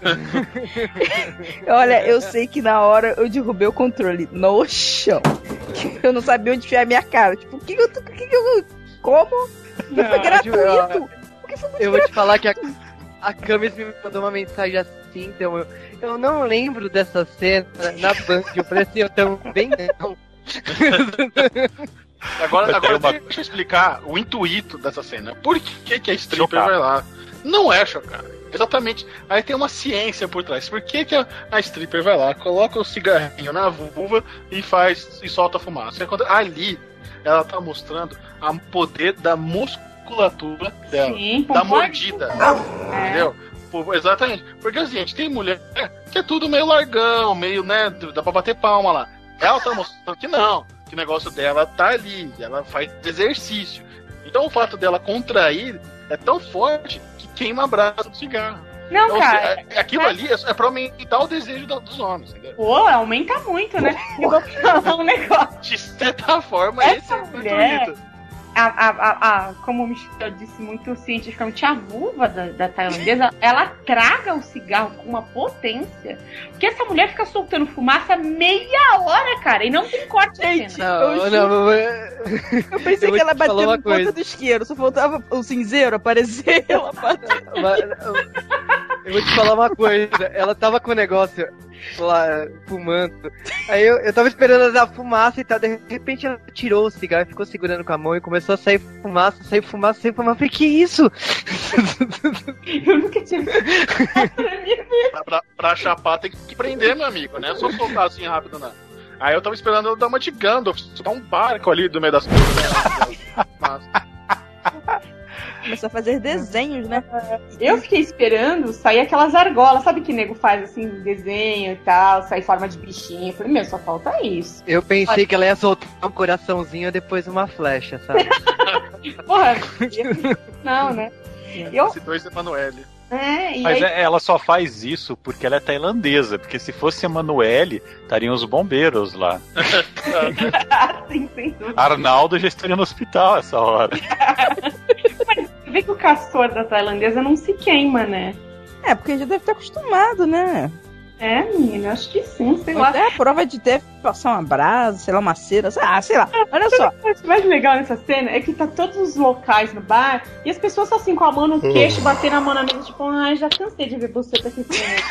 Olha, eu sei que na hora eu derrubei o controle no chão. Eu não sabia onde enfiar a minha cara. Tipo, como? Não, foi gratuito. Eu vou te falar que a Camis me mandou uma mensagem assim, então eu não lembro dessa cena na Band. Eu parecia eu também não. Agora deixa eu explicar o intuito dessa cena. Por que a stripper vai lá? Não é chocar. Exatamente. Aí tem uma ciência por trás. Por que a stripper vai lá, coloca o cigarrinho na vulva e solta fumaça? Ali ela tá mostrando o poder da musculatura dela, da mordida. Entendeu? Exatamente. Porque, gente, tem mulher que é tudo meio largão, meio, né, dá pra bater palma lá. Ela tá mostrando que não, que o negócio dela tá ali, ela faz exercício. Então o fato dela contrair é tão forte que queima a brasa do cigarro. Não, então, cara. Aquilo ali é pra aumentar o desejo dos homens, entendeu? Pô, aumenta muito, né? Eu vou falar um negócio. De certa forma, essa mulher, como o Michel disse muito cientificamente, a vulva da tailandesa, ela traga o cigarro com uma potência, porque essa mulher fica soltando fumaça meia hora, cara, e não tem corte de cena. Eu pensei que ela bateu na ponta do isqueiro, só faltava o cinzeiro aparecer. Eu vou te falar uma coisa, ela tava com o negócio lá, fumando. Aí eu tava esperando a fumaça e tal, de repente ela tirou o cigarro e ficou segurando com a mão e começou a sair fumaça. Eu falei, que isso? Eu nunca tinha visto. Pra chapar tem que prender, meu amigo, né? Só soltar assim rápido, não. Aí eu tava esperando ela dar uma de Gandalf, soltar um barco ali do meio das coisas, né? Começou a fazer desenhos, né? Eu fiquei esperando sair aquelas argolas. Sabe que nego faz assim, desenho e tal, sair forma de bichinho. Eu falei, só falta isso. Eu pensei que ela ia soltar um coraçãozinho e depois uma flecha, sabe? Porra, não, né? Esse dois Emanuele. Mas ela só faz isso porque ela é tailandesa. Porque se fosse Emanuele, estariam os bombeiros lá. Sim, sem dúvida. Arnaldo já estaria no hospital essa hora. Mas você vê que o castor da tailandesa não se queima, né? Porque já deve estar acostumado, né? Menina, acho que sim, sei lá. Até a prova de deve passar uma brasa, sei lá, uma cera, sei lá. Olha só. O mais legal nessa cena é que tá todos os locais no bar e as pessoas estão assim com a mão no queixo, batendo a mão na mesa, tipo, já cansei de ver você aqui.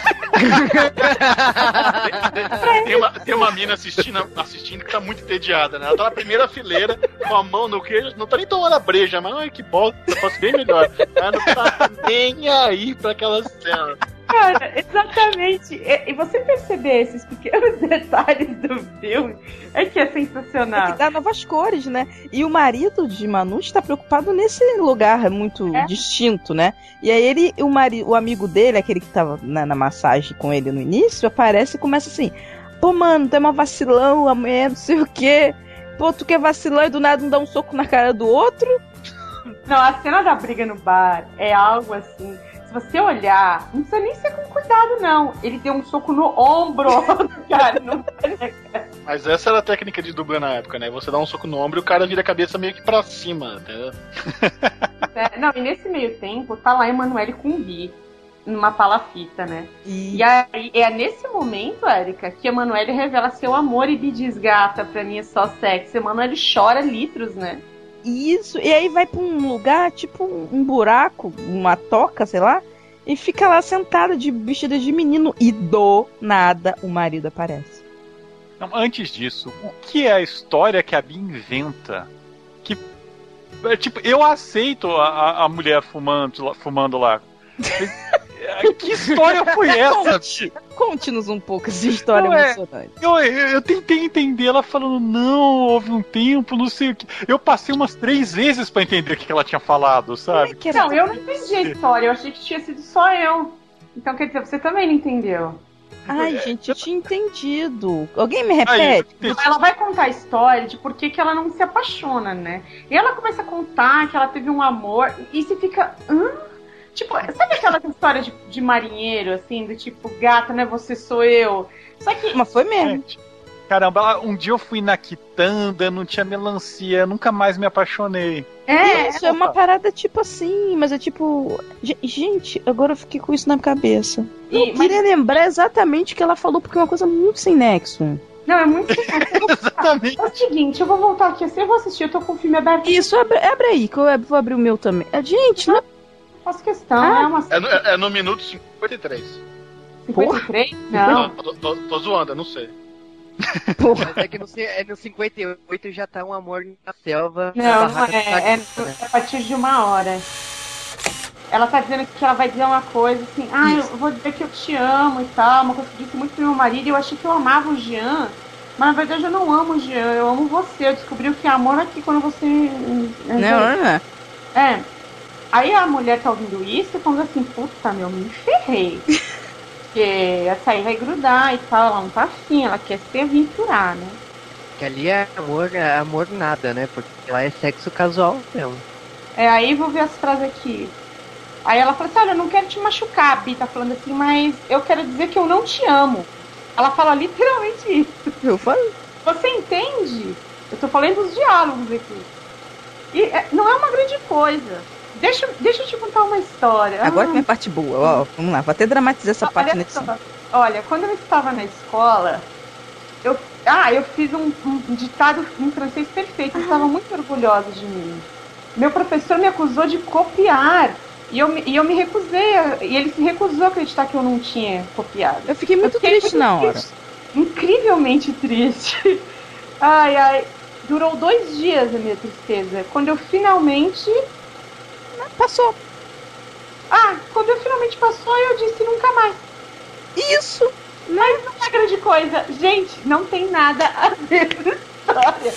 Tem uma mina assistindo que tá muito entediada, né? Ela tá na primeira fileira com a mão no queixo, não tá nem tomando a breja, mas que bosta, eu posso bem melhor. Ela não tá nem aí pra aquela cena. Cara, exatamente. E você perceber esses pequenos detalhes do filme é que é sensacional. É que dá novas cores, né? E o marido de Manu está preocupado nesse lugar muito distinto, né? E aí o amigo dele, aquele que tava na massagem com ele no início, aparece e começa assim: pô, mano, tu é uma vacilão, amanhã não sei o quê. Pô, tu quer vacilar e do nada não dá um soco na cara do outro? Não, a cena da briga no bar é algo assim. Se você olhar, não precisa nem ser com cuidado, não. Ele deu um soco no ombro, cara. Não... Mas essa era a técnica de dublê na época, né? Você dá um soco no ombro e o cara vira a cabeça meio que pra cima, entendeu? Não, e nesse meio tempo, tá lá a Emanuele com o Bi, numa palafita, né? E aí, é nesse momento, Érica, que a Emanuele revela seu amor e Bi diz: gata, pra mim é só sexo. A Emanuele chora litros, né? Isso, e aí vai pra um lugar, tipo um buraco, uma toca, sei lá, e fica lá sentada de vestida de menino e do nada o marido aparece. Não, antes disso, o que é a história que a Bia inventa? Que, tipo, eu aceito a mulher fumando lá. Que história foi essa? Conte-nos um pouco essa história emocionante. Eu tentei entender ela falando, não, houve um tempo, não sei o que. Eu passei umas 3 vezes pra entender o que ela tinha falado, sabe? Não, eu não entendi a história, eu achei que tinha sido só eu. Então quer dizer, você também não entendeu. Ai, gente, eu tinha entendido. Alguém me repete? Ela vai contar a história de por que ela não se apaixona, né? E ela começa a contar que ela teve um amor, e você fica... Tipo, sabe aquela história de marinheiro, assim, do tipo, gata, né, você sou eu? Só que... Mas foi mesmo. Caramba, um dia eu fui na quitanda, não tinha melancia, nunca mais me apaixonei. Isso é uma parada tipo assim, mas é tipo... Gente, agora eu fiquei com isso na cabeça. Eu queria lembrar exatamente o que ela falou, porque é uma coisa muito sem nexo. Não, é muito sem nexo. Exatamente. É o seguinte, eu vou voltar aqui assim, eu vou assistir, eu tô com o filme aberto. Isso, abre aí, que eu vou abrir o meu também. Gente, não... Faço questão, é no minuto 53. 53? Não. Tô zoando, eu não sei. Mas é que no 58 já tá um amor na selva. Não, é a partir de 1h. Ela tá dizendo que ela vai dizer uma coisa assim, eu vou dizer que eu te amo e tal, uma coisa que eu disse muito pro meu marido, e eu achei que eu amava o Jean, mas na verdade eu não amo o Jean, eu amo você, eu descobri o que é amor aqui quando você... Não. Aí a mulher tá ouvindo isso e falando assim, puta, me ferrei. Porque essa aí vai grudar e tal, ela não tá afim, ela quer se aventurar, né? Que ali é amor nada, né? Porque lá é sexo casual mesmo. Aí vou ver as frases aqui. Aí ela fala assim, olha, eu não quero te machucar, a Bi tá falando assim, mas eu quero dizer que eu não te amo. Ela fala literalmente isso. Eu falo. Você entende? Eu tô falando dos diálogos aqui. E não é uma grande coisa. Deixa eu te contar uma história. Agora que vem a parte boa. Ó, vamos lá, vou até dramatizar essa parte nesse. Olha, quando eu estava na escola, eu fiz um ditado em francês perfeito. Eu estava muito orgulhosa de mim. Meu professor me acusou de copiar. E eu me recusei. E ele se recusou a acreditar que eu não tinha copiado. Eu fiquei muito triste na hora. Incrivelmente triste. Ai. Durou 2 dias a minha tristeza. Quando eu finalmente... Passou. Quando eu finalmente passou, eu disse nunca mais. Isso. Mas não é grande coisa. Gente, não tem nada a ver com história.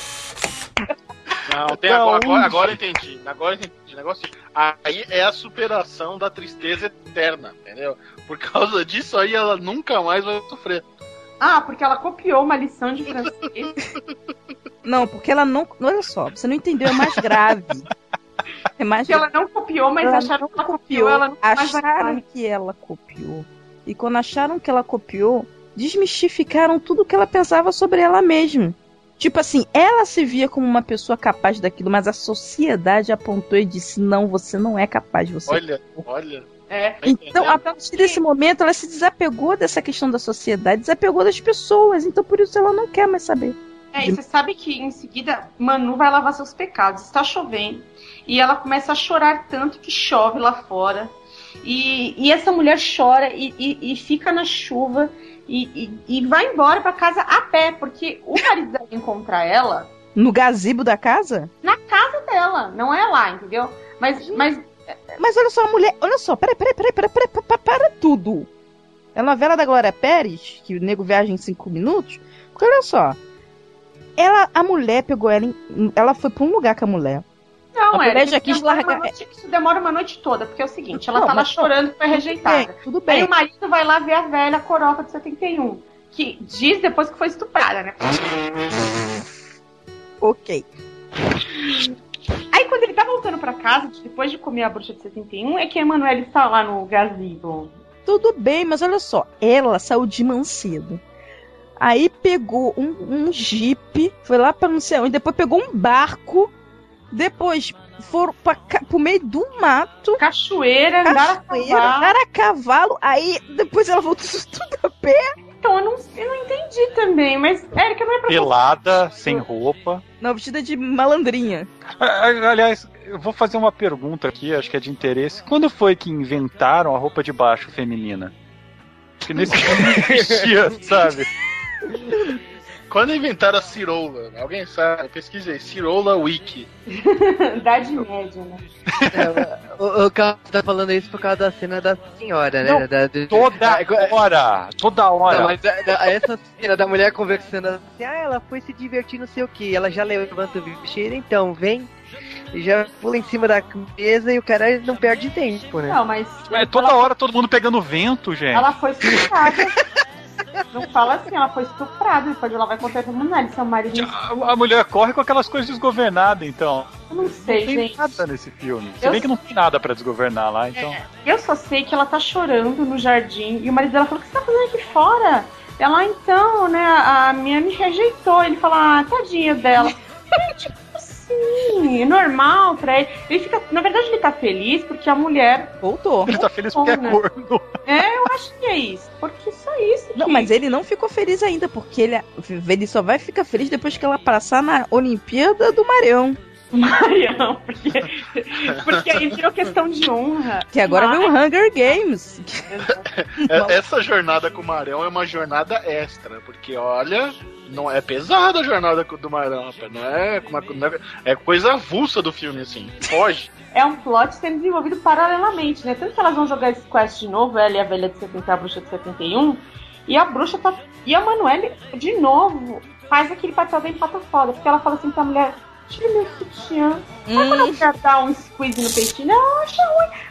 Não, tem agora entendi. Agora entendi. Negócio aí é a superação da tristeza eterna, entendeu? Por causa disso aí, ela nunca mais vai sofrer. Porque ela copiou uma lição de francês. Não, porque ela não... Olha só, você não entendeu, é mais grave. É mais grave. Ela não copiou, mas acharam que ela copiou. Acharam que ela copiou. E quando acharam que ela copiou, desmistificaram tudo que ela pensava sobre ela mesma. Tipo assim, ela se via como uma pessoa capaz daquilo, mas a sociedade apontou e disse, não, você não é capaz. Olha. Então, a partir desse momento, ela se desapegou dessa questão da sociedade, desapegou das pessoas. Então, por isso, ela não quer mais saber. E você sabe que, em seguida, Manu vai lavar seus pecados. Está chovendo. E ela começa a chorar tanto que chove lá fora. E essa mulher chora e fica na chuva e vai embora pra casa a pé, porque o marido dela encontra ela... No gazebo da casa? Na casa dela, não é lá, entendeu? Mas olha só, a mulher... Olha só, para tudo. É a novela da Glória Pérez, que o nego viaja em 5 minutos. Porque olha só, a mulher pegou ela foi pra um lugar com a mulher. Não, a mulher já quis largar. Isso demora uma noite toda, porque é o seguinte, ela tá lá chorando que foi rejeitada. Tudo bem. Aí o marido vai lá ver a velha coroca de 71, que diz depois que foi estuprada, né? Ok. Aí quando ele tá voltando pra casa, depois de comer a bruxa de 71, é que a Emanuele está lá no gazebo. Tudo bem, mas olha só, ela saiu de Macedo. Aí pegou um jipe, foi lá pra não sei onde, depois pegou um barco, depois foram pro meio do mato. Cachoeira, andaram a cavalo, aí depois ela voltou tudo a pé. Então, eu não entendi também, mas, Érica, não é pra... Pelada, sem roupa. Não, vestida de malandrinha. Aliás, eu vou fazer uma pergunta aqui, acho que é de interesse. Quando foi que inventaram a roupa de baixo feminina? Que nesse filme não existia, sabe? Quando inventaram a cirola, alguém sabe? Pesquisa aí, cirola wiki. Idade média, né? O Carlos tá falando isso por causa da cena da senhora, né? Toda hora. Não, mas essa cena da mulher conversando assim, ela foi se divertir, não sei o que. Ela já levanta o vestido, então vem, e já pula em cima da mesa e o cara não perde tempo, né? Não, mas toda hora todo mundo pegando vento, gente. Ela foi estuprada. Não fala assim, ela foi estuprada. Depois ela vai contar pra mulher, seu marido. A mulher corre com aquelas coisas desgovernadas, então. Eu não sei, não gente. Não tem nada nesse filme. Se bem que não tem nada pra desgovernar lá, então. Eu só sei que ela tá chorando no jardim. E o marido dela falou: o que você tá fazendo aqui fora? Ela, então, né, a minha me rejeitou. Ele fala: tadinha dela. Tipo assim, é normal pra ele. Ele fica, na verdade, ele tá feliz porque a mulher voltou. Ele tá feliz porque é corno. Eu acho que é isso. Porque só isso. Não, mas ele não ficou feliz ainda, porque ele só vai ficar feliz depois que ela passar na Olimpíada do Marião. Marião, porque aí virou questão de honra. Que agora vem o Hunger Games. Essa jornada com o Marião é uma jornada extra, porque olha, não é pesada a jornada do Marião, rapaz. É coisa avulsa do filme, assim. Foge. É um plot sendo desenvolvido paralelamente, né? Tanto que elas vão jogar esse quest de novo, ela e a velha de 70, a bruxa de 71, e a bruxa tá. E a Manuele, de novo, faz aquele papel da empata foda, porque ela fala assim pra mulher: tira meu sutiã. Sabe quando eu quero dar um squeeze no peitinho? Não, acha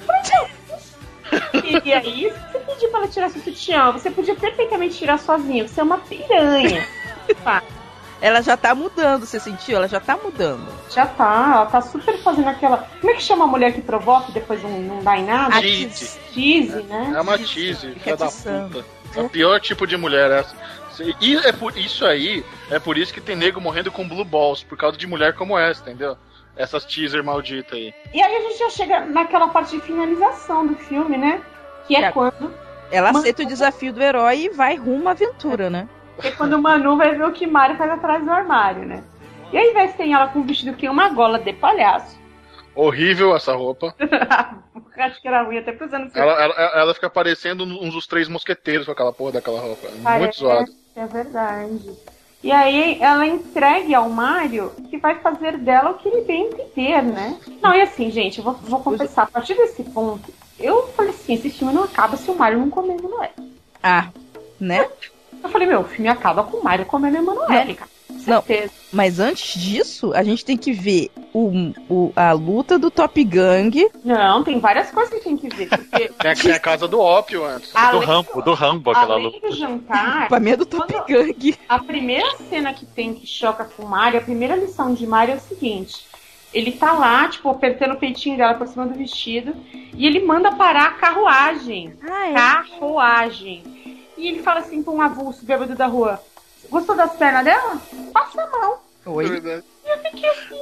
ruim. E aí, você pediu pra ela tirar seu sutiã, você podia perfeitamente tirar sozinha, você é uma piranha. Ela já tá mudando, você sentiu? Ela já tá mudando. Já tá, ela tá super fazendo aquela... Como é que chama a mulher que provoca e depois não dá em nada? A tease, né? É uma tease, filha da puta. É o pior tipo de mulher essa. E é por isso aí, é por isso que tem nego morrendo com blue balls, por causa de mulher como essa, entendeu? Essas teaser malditas aí. E aí a gente já chega naquela parte de finalização do filme, né? Que é quando... Ela aceita o desafio do herói e vai rumo à aventura, né? É quando o Manu vai ver o que Mário faz atrás do armário, né? E aí vai ter ela com um vestido que é uma gola de palhaço. Horrível essa roupa. Acho que era ruim até usando. Ela fica parecendo uns dos 3 mosqueteiros com aquela porra daquela roupa. Muito zoado. É verdade. E aí ela entregue ao Mário que vai fazer dela o que ele bem entender, né? Não, e assim, gente, eu vou confessar, a partir desse ponto, eu falei assim, esse filme não acaba se o Mário não comer Emanuele. Né? Eu falei, meu, o filme acaba com o Mário comendo Emanuele, cara. Não, mas antes disso, a gente tem que ver a luta do Top Gang. Não, tem várias coisas que tem que ver. Porque... Tem a casa do ópio antes. Do Rambo, aquela luta. Além do jantar... Pra mim é do Top Gang. A primeira cena que tem que choca com o Mário, a primeira lição de Mário é o seguinte... Ele tá lá, tipo, apertando o peitinho dela por cima do vestido, e ele manda parar a carruagem. Carruagem. E ele fala assim pra um avulso bêbado da rua: gostou das pernas dela? Passa a mão. Oi. E eu fiquei assim.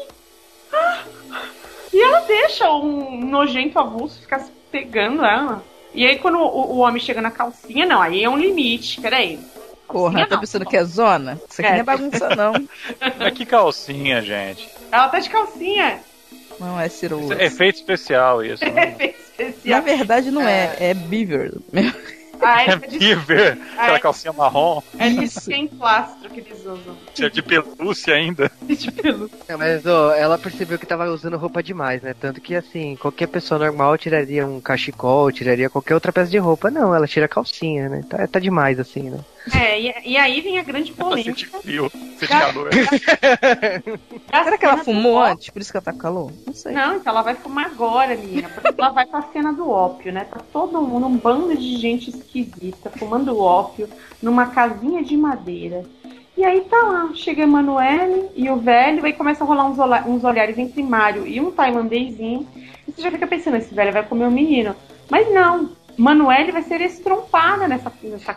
E ela deixa um nojento avulso ficar pegando ela. E aí quando o homem chega na calcinha, não, aí é um limite, peraí. Corra, tá pensando que é zona? Isso aqui não é bagunça, não. Mas que calcinha, gente. Ela tá de calcinha. Não, é cirola. É efeito especial isso. É efeito especial. Na verdade não é Beaver. ver aquela calcinha marrom. É isso. Tem plastro que eles usam. De pelúcia ainda. De pelúcia. Mas ela percebeu que tava usando roupa demais, né? Tanto que assim, qualquer pessoa normal tiraria um cachecol, tiraria qualquer outra peça de roupa. Não, ela tira a calcinha, né? Tá demais assim, né? E aí vem a grande polêmica. Sente frio, sente calor. Será que ela fumou antes? Por isso que ela tá com calor? Não sei. Não, então ela vai fumar agora, menina. Porque ela vai pra cena do ópio, né? Tá todo mundo, um bando de gente esquisita, fumando ópio, numa casinha de madeira. E aí tá lá, chega a Emanuele e o velho, aí começa a rolar uns olhares entre Mário e um tailandesinho. E você já fica pensando, esse velho vai comer o menino. Mas não, Emanuele vai ser estrompada nessa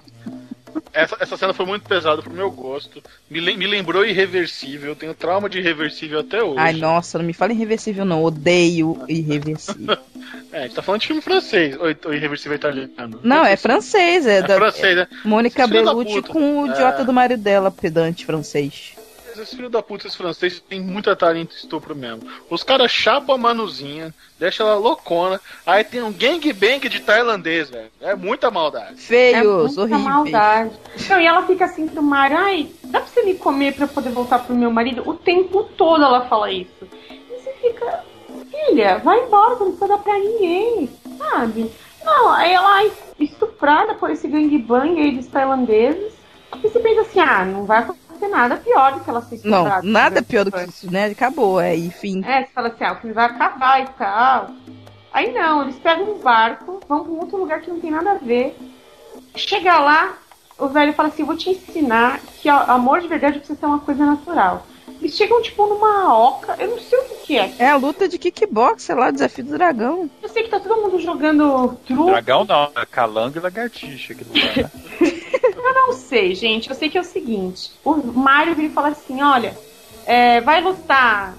Essa cena foi muito pesada pro meu gosto. Me lembrou Irreversível. Eu tenho trauma de Irreversível até hoje. Ai, nossa, não me fala Irreversível, não. Odeio Irreversível. A gente tá falando de filme francês. Ou Irreversível italiano. Não, é francês. Francês, né? Mônica Bellucci com o idiota do marido dela, pedante francês. Esses filhos da puta, esses franceses, tem muita talento de estupro mesmo. Os caras chapam a Manuzinha, deixam ela loucona, aí tem um gangbang de tailandês, velho. É muita maldade. Feios, horríveis. Maldade. Não, e ela fica assim pro Mário, ai, dá pra você me comer pra eu poder voltar pro meu marido? O tempo todo ela fala isso. E você fica, filha, vai embora, não precisa dar pra ninguém, sabe? Não, aí ela é estuprada por esse gangbang aí dos tailandeses. E você pensa assim, não vai acontecer nada pior do que ela ser estuprada. Não, nada pior do que isso, né? Acabou, enfim. Você fala assim, o filme vai acabar e tal. Aí não, eles pegam um barco, vão pra um outro lugar que não tem nada a ver. Chega lá, o velho fala assim, eu vou te ensinar que amor de verdade precisa ser uma coisa natural. Eles chegam, tipo, numa oca, eu não sei o que é. É a luta de kickbox, sei lá, desafio do dragão. Eu sei que tá todo mundo jogando truque. Dragão não, é calango e lagartixa. Eu não sei, gente. Eu sei que é o seguinte. O Mário vira e fala assim, olha, vai lutar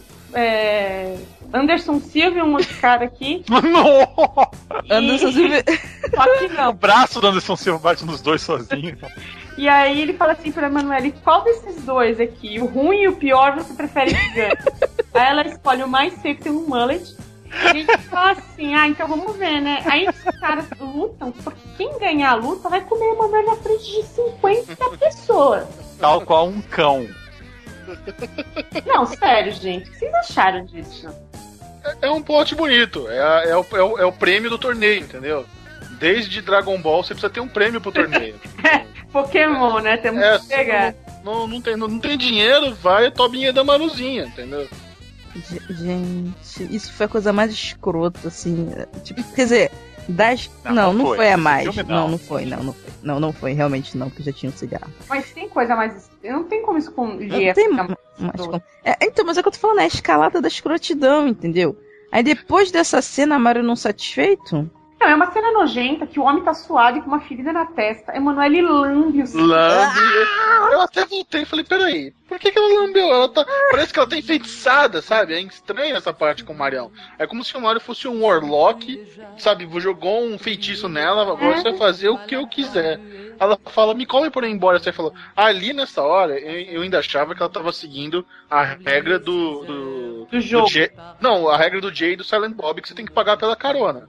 Anderson Silva e um outro cara aqui. Anderson Silva. Só que não. O braço do Anderson Silva bate nos dois sozinho. E aí ele fala assim pra Emanuele, qual desses dois aqui, o ruim e o pior, você prefere que ganhe? Aí ela escolhe o mais seco, que tem um mullet. E a gente fala assim, então vamos ver, né? Aí os caras lutam, porque quem ganhar a luta vai comer a Emanuele na frente de 50 pessoas. Tal qual um cão. Não, sério, gente. O que vocês acharam disso? É um plot bonito. É o prêmio do torneio, entendeu? Desde Dragon Ball você precisa ter um prêmio pro torneio. Pokémon, né? Temos que pegar. Não tem dinheiro, vai a tobinha da Manuzinha, entendeu? Gente, isso foi a coisa mais escrota, assim. Tipo, quer dizer, não foi a mais. Não foi, realmente não, porque já tinha um cigarro. Mas tem coisa mais. Não tem como esconder. Não tem mais como. Então, mas é o que eu tô falando, é a escalada da escrotidão, entendeu? Aí depois dessa cena, Mário não satisfeito. Não, é uma cena nojenta que o homem tá suado e com uma ferida na testa. Emanuele lambe o sangue. Eu até voltei e falei, peraí, por que ela lambeu? Parece que ela tá enfeitiçada, sabe? É estranha essa parte com o Marião. É como se o Mário fosse um warlock, sabe? Jogou um feitiço nela, agora você vai fazer o que eu quiser. Ela fala, me come por ir embora. Você falou, ali nessa hora, eu ainda achava que ela tava seguindo a regra do jogo. Não, a regra do Jay e do Silent Bob, que você tem que pagar pela carona.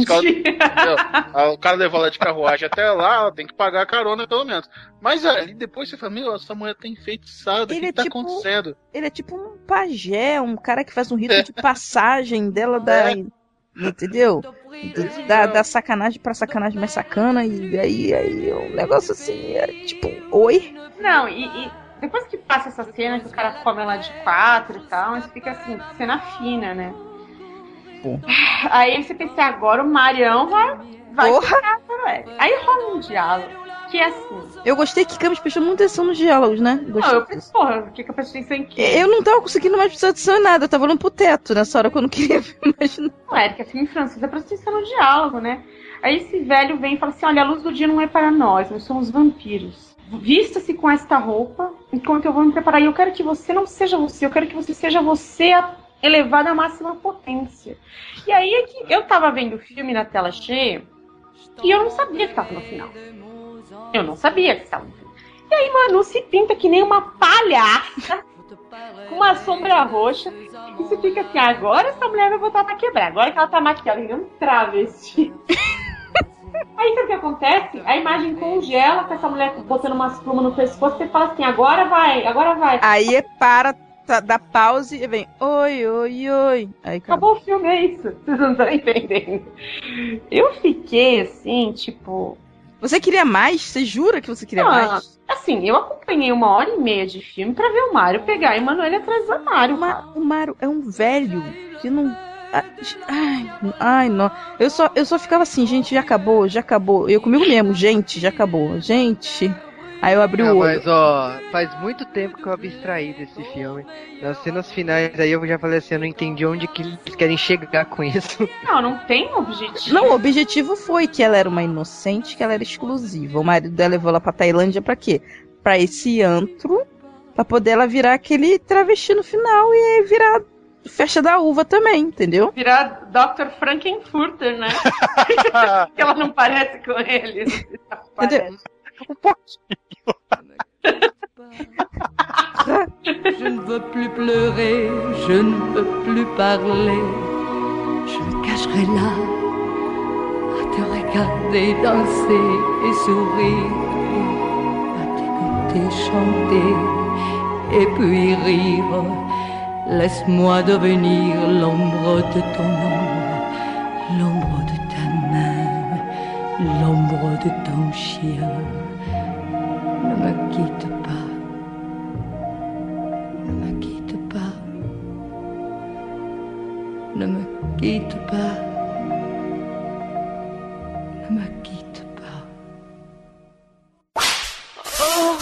O cara levou ela de carruagem até lá, ela tem que pagar a carona pelo menos. Mas ali depois você fala, essa mulher tá enfeitiçada, o que tá acontecendo? Ele é tipo um pajé, um cara que faz um rito de passagem dela entendeu? Da sacanagem pra sacanagem mais sacana, e aí um negócio assim, tipo, oi? Não, e depois que passa essa cena que o cara come ela de 4 e tal, mas fica assim, cena fina, né? Aí você pensa, agora o Marião vai ficar, aí rola um diálogo que é assim. Eu gostei que Camis prestou muita atenção nos diálogos, né? Não, eu pensei, o que eu prestei atenção em quê? Eu não tava conseguindo mais prestar atenção em nada, eu tava olhando pro teto nessa hora que eu não queria imaginar. Não, Érica, filme francês, eu prestei atenção no diálogo, né? Aí esse velho vem e fala assim, olha, a luz do dia não é para nós somos vampiros. Vista-se com esta roupa, enquanto eu vou me preparar. E eu quero que você não seja você, eu quero que você seja você elevado à máxima potência. E aí é que eu tava vendo o filme na tela cheia e eu não sabia que tava no final. Eu não sabia que tava no final. E aí Manu se pinta que nem uma palhaça com uma sombra roxa e você fica assim, agora essa mulher vai botar pra quebrar. Agora que ela tá maquiada, é um travesti. Aí sabe o que acontece? A imagem congela com essa mulher botando umas plumas no pescoço, você fala assim, agora vai. Aí para, dá pause e vem, oi, oi, oi. Aí acabou o filme, é isso. Vocês não estão entendendo. Eu fiquei assim, tipo... Você queria mais? Você jura que você queria mais? Assim, eu acompanhei 1h30 de filme pra ver o Mário pegar a Emanuele atrás do Mário. O Mário é um velho que não... Ai, não. Eu só ficava assim, gente, já acabou. Eu comigo mesmo, gente, já acabou. Gente. Aí eu abri o olho. Mas, ó, faz muito tempo que eu abstraí desse filme. Nas cenas finais aí eu já falei assim, eu não entendi onde que eles querem chegar com isso. Não tem objetivo. Não, o objetivo foi que ela era uma inocente, que ela era exclusiva. O marido dela levou ela pra Tailândia pra quê? Pra esse antro, pra poder ela virar aquele travesti no final e aí virar festa da uva também, entendeu? Virar Dr. Frankenfurter, né? Que ela não parece com ele. Entendeu? Um pouquinho. Je ne veux plus pleurer, je ne peux plus parler. Je me cacherai là, à te regarder danser et sourire, à t'écouter chanter et puis rire. Laisse-moi devenir l'ombre de ton ombre, l'ombre de ta main, l'ombre de ton chien. Ne me quitte pas, ne me quitte pas, ne me quitte pas, ne me quitte pas. Oh.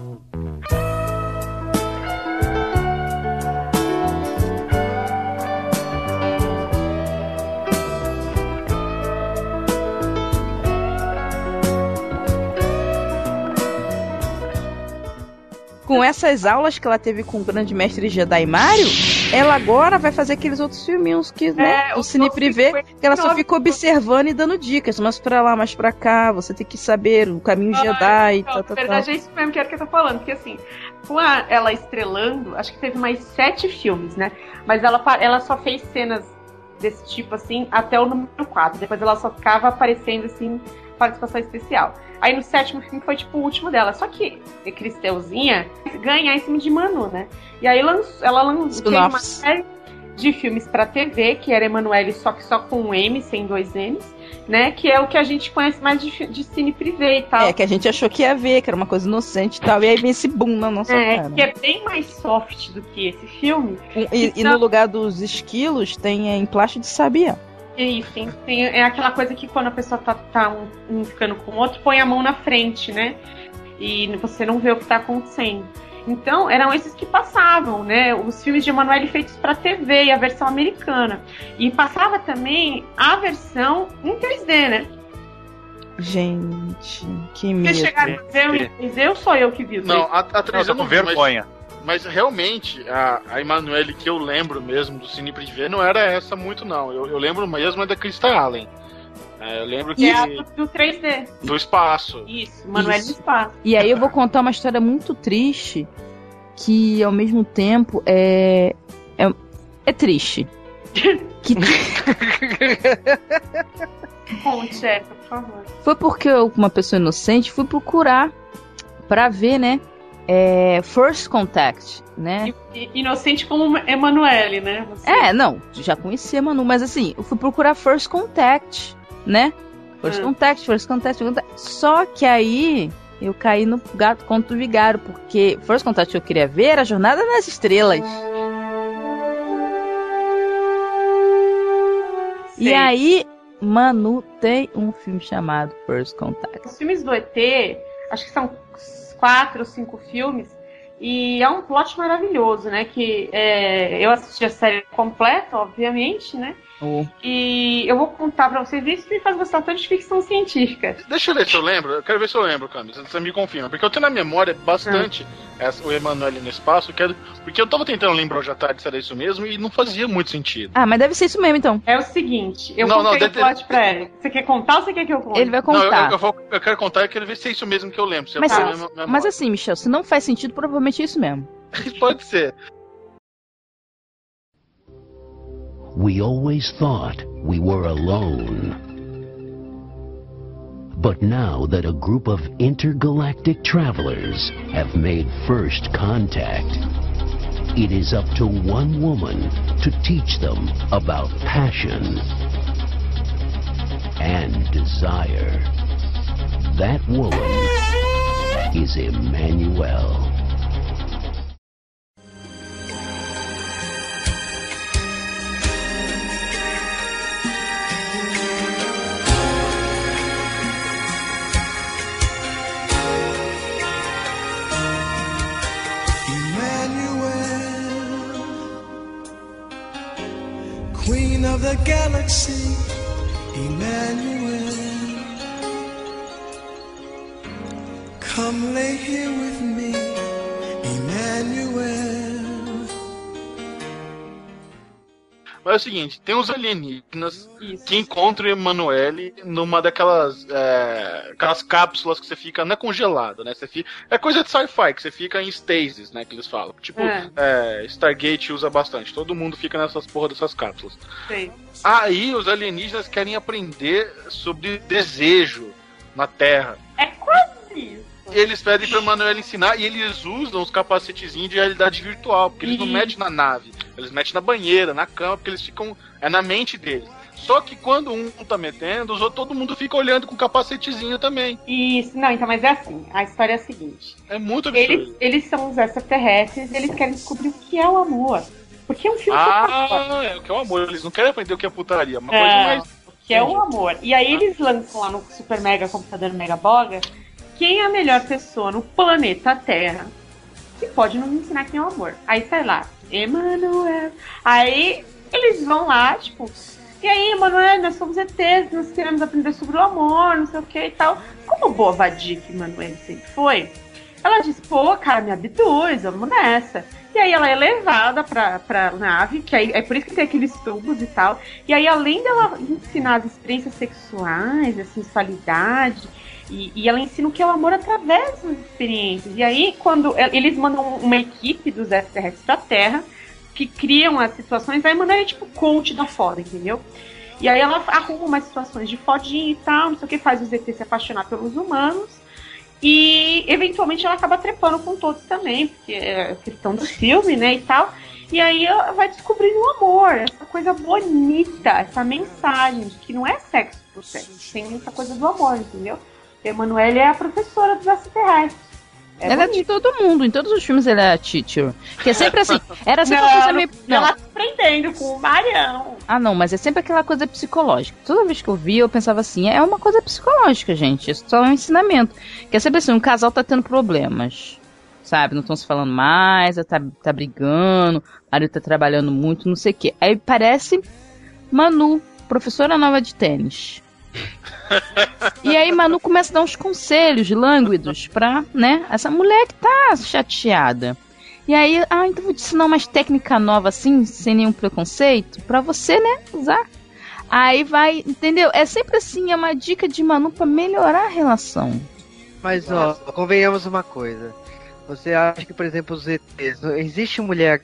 Com essas aulas que ela teve com o grande mestre Jedi Mário, ela agora vai fazer aqueles outros filminhos que, né, o Cine Privé, que ela só fica observando e dando dicas, mas pra lá, mas pra cá, você tem que saber o caminho Jedi. Na verdade é isso mesmo que eu tô falando, porque assim, com ela estrelando, acho que teve mais 7 filmes, né, mas ela só fez cenas desse tipo assim, até o número 4, depois ela só ficava aparecendo assim, participação especial. Aí no 7º filme foi tipo o último dela. Só que a Cristelzinha ganha em cima de Manu, né? E aí ela lançou uma série de filmes pra TV, que era Emanuele, só com um M, sem 2 N's, né? Que é o que a gente conhece mais de Cine Privé e tal. É, que a gente achou que ia ver, que era uma coisa inocente e tal. E aí vem esse boom na nossa cara. Que é bem mais soft do que esse filme. E no lugar dos esquilos tem emplasto de sabiá. Isso, é aquela coisa que quando a pessoa tá um ficando com o outro, põe a mão na frente, né? E você não vê o que tá acontecendo. Então, eram esses que passavam, né? Os filmes de Emanuele feitos pra TV e a versão americana. E passava também a versão em 3D, né? Gente, que medo. Você chegaram a ver em 3D ou só eu que vi? Não, a 3D não, com vergonha. Mas realmente, a Emanuele que eu lembro mesmo do Cine Privé não era essa muito, não. Eu lembro mesmo da Krista Allen. Eu lembro que... É do 3D. Do espaço. Isso, Emanuele do espaço. E aí eu vou contar uma história muito triste, que ao mesmo tempo é triste. Conte, por favor. Foi porque eu, uma pessoa inocente, fui procurar pra ver, né? First Contact, né? Inocente como Emanuele, né? Você... não, já conhecia Manu, mas assim, eu fui procurar First Contact, né? First Contact. Só que aí eu caí no gato contra o vigário, porque First Contact que eu queria ver era a Jornada nas Estrelas. Sei. E aí, Manu tem um filme chamado First Contact. Os filmes do ET, acho que são 4 ou 5 filmes, e é um plot maravilhoso, né? Que eu assisti a série completa, obviamente, né? E eu vou contar pra vocês isso me faz gostar tanto de ficção científica. Deixa eu ver se eu lembro. Eu quero ver se eu lembro, Camis. Você me confirma. Porque eu tenho na memória bastante o Emanuele no espaço. Porque eu tava tentando lembrar hoje à tarde se era isso mesmo e não fazia muito sentido. Mas deve ser isso mesmo, então. É o seguinte, eu contei o plot pra ele. Você quer contar ou você quer que eu conte? Ele vai contar. Não, eu quero contar e quero ver se é isso mesmo que eu lembro. Mas assim, Michel, se não faz sentido, provavelmente é isso mesmo. Pode ser. We always thought we were alone. But now that a group of intergalactic travelers have made first contact, it is up to one woman to teach them about passion and desire. That woman is Emmanuelle. Queen of the galaxy, Emmanuelle. Come lay here with me, Emmanuelle. Mas é o seguinte, tem uns alienígenas que encontram Emmanuelle numa daquelas aquelas cápsulas que você fica, não é congelado, né? Você fica, é coisa de sci-fi, que você fica em stasis, né? Que eles falam. Tipo, Stargate usa bastante. Todo mundo fica nessas porra dessas cápsulas. Sim. Aí os alienígenas querem aprender sobre desejo na Terra. É quase isso. Eles pedem pra Emmanuelle ensinar e eles usam os capacetezinhos de realidade virtual, porque eles não metem na nave, eles metem na banheira, na cama, porque eles ficam. É na mente deles. Só que quando um tá metendo, todo mundo fica olhando com o capacetezinho também. Isso, não, então, mas é assim, a história é a seguinte. É muito absurdo. Eles são os extraterrestres, eles querem descobrir o que é o amor. Porque é um filme o que é o amor, eles não querem aprender o que é putaria, uma coisa mais... O que é o amor. E aí eles lançam lá no Super Mega Computador Mega Boga quem é a melhor pessoa no planeta Terra que pode nos ensinar quem é o amor. Aí sai lá, Emmanuelle. Aí eles vão lá, tipo, e aí, Emmanuelle, nós somos ETs, nós queremos aprender sobre o amor, não sei o que e tal. Como boa vadia que Emmanuelle sempre foi, ela diz, pô, cara, me abduz, vamos nessa. E aí ela é levada pra nave, que aí, é por isso que tem aqueles tubos e tal. E aí, além dela ensinar as experiências sexuais, a sensualidade, e ela ensina o que é o amor através das experiências. E aí, quando eles mandam uma equipe dos extraterrestres pra Terra, que criam as situações, vai mandar tipo coach da foda, entendeu? E aí ela arruma umas situações de fodinha e tal, não sei o que, faz os ETs se apaixonar pelos humanos. E eventualmente ela acaba trepando com todos também, porque é a questão do filme, né, e tal. E aí ela vai descobrindo o amor, essa coisa bonita, essa mensagem de que não é sexo por sexo, tem essa coisa do amor, entendeu? Emmanuelle é a professora dos extraterrestres. Ela é de todo mundo, em todos os filmes ela é a teacher. Que é sempre assim, era sempre uma coisa meio... Não. Ela tá aprendendo com o Marião. Ah, não, mas é sempre aquela coisa psicológica. Toda vez que eu via, eu pensava assim, é uma coisa psicológica, gente. Isso só é um ensinamento. Que é sempre assim, um casal tá tendo problemas, sabe? Não estão se falando mais, tá brigando, o marido tá trabalhando muito, não sei o quê. Aí parece Manu, professora nova de tênis. E aí Manu começa a dar uns conselhos lânguidos pra, né, essa mulher que tá chateada. E aí, então vou te ensinar umas técnicas novas assim, sem nenhum preconceito, pra você, né, usar. Aí vai, entendeu? É sempre assim, é uma dica de Manu pra melhorar a relação. Mas ó, convenhamos uma coisa. Você acha que, por exemplo, os ETs, não existe mulher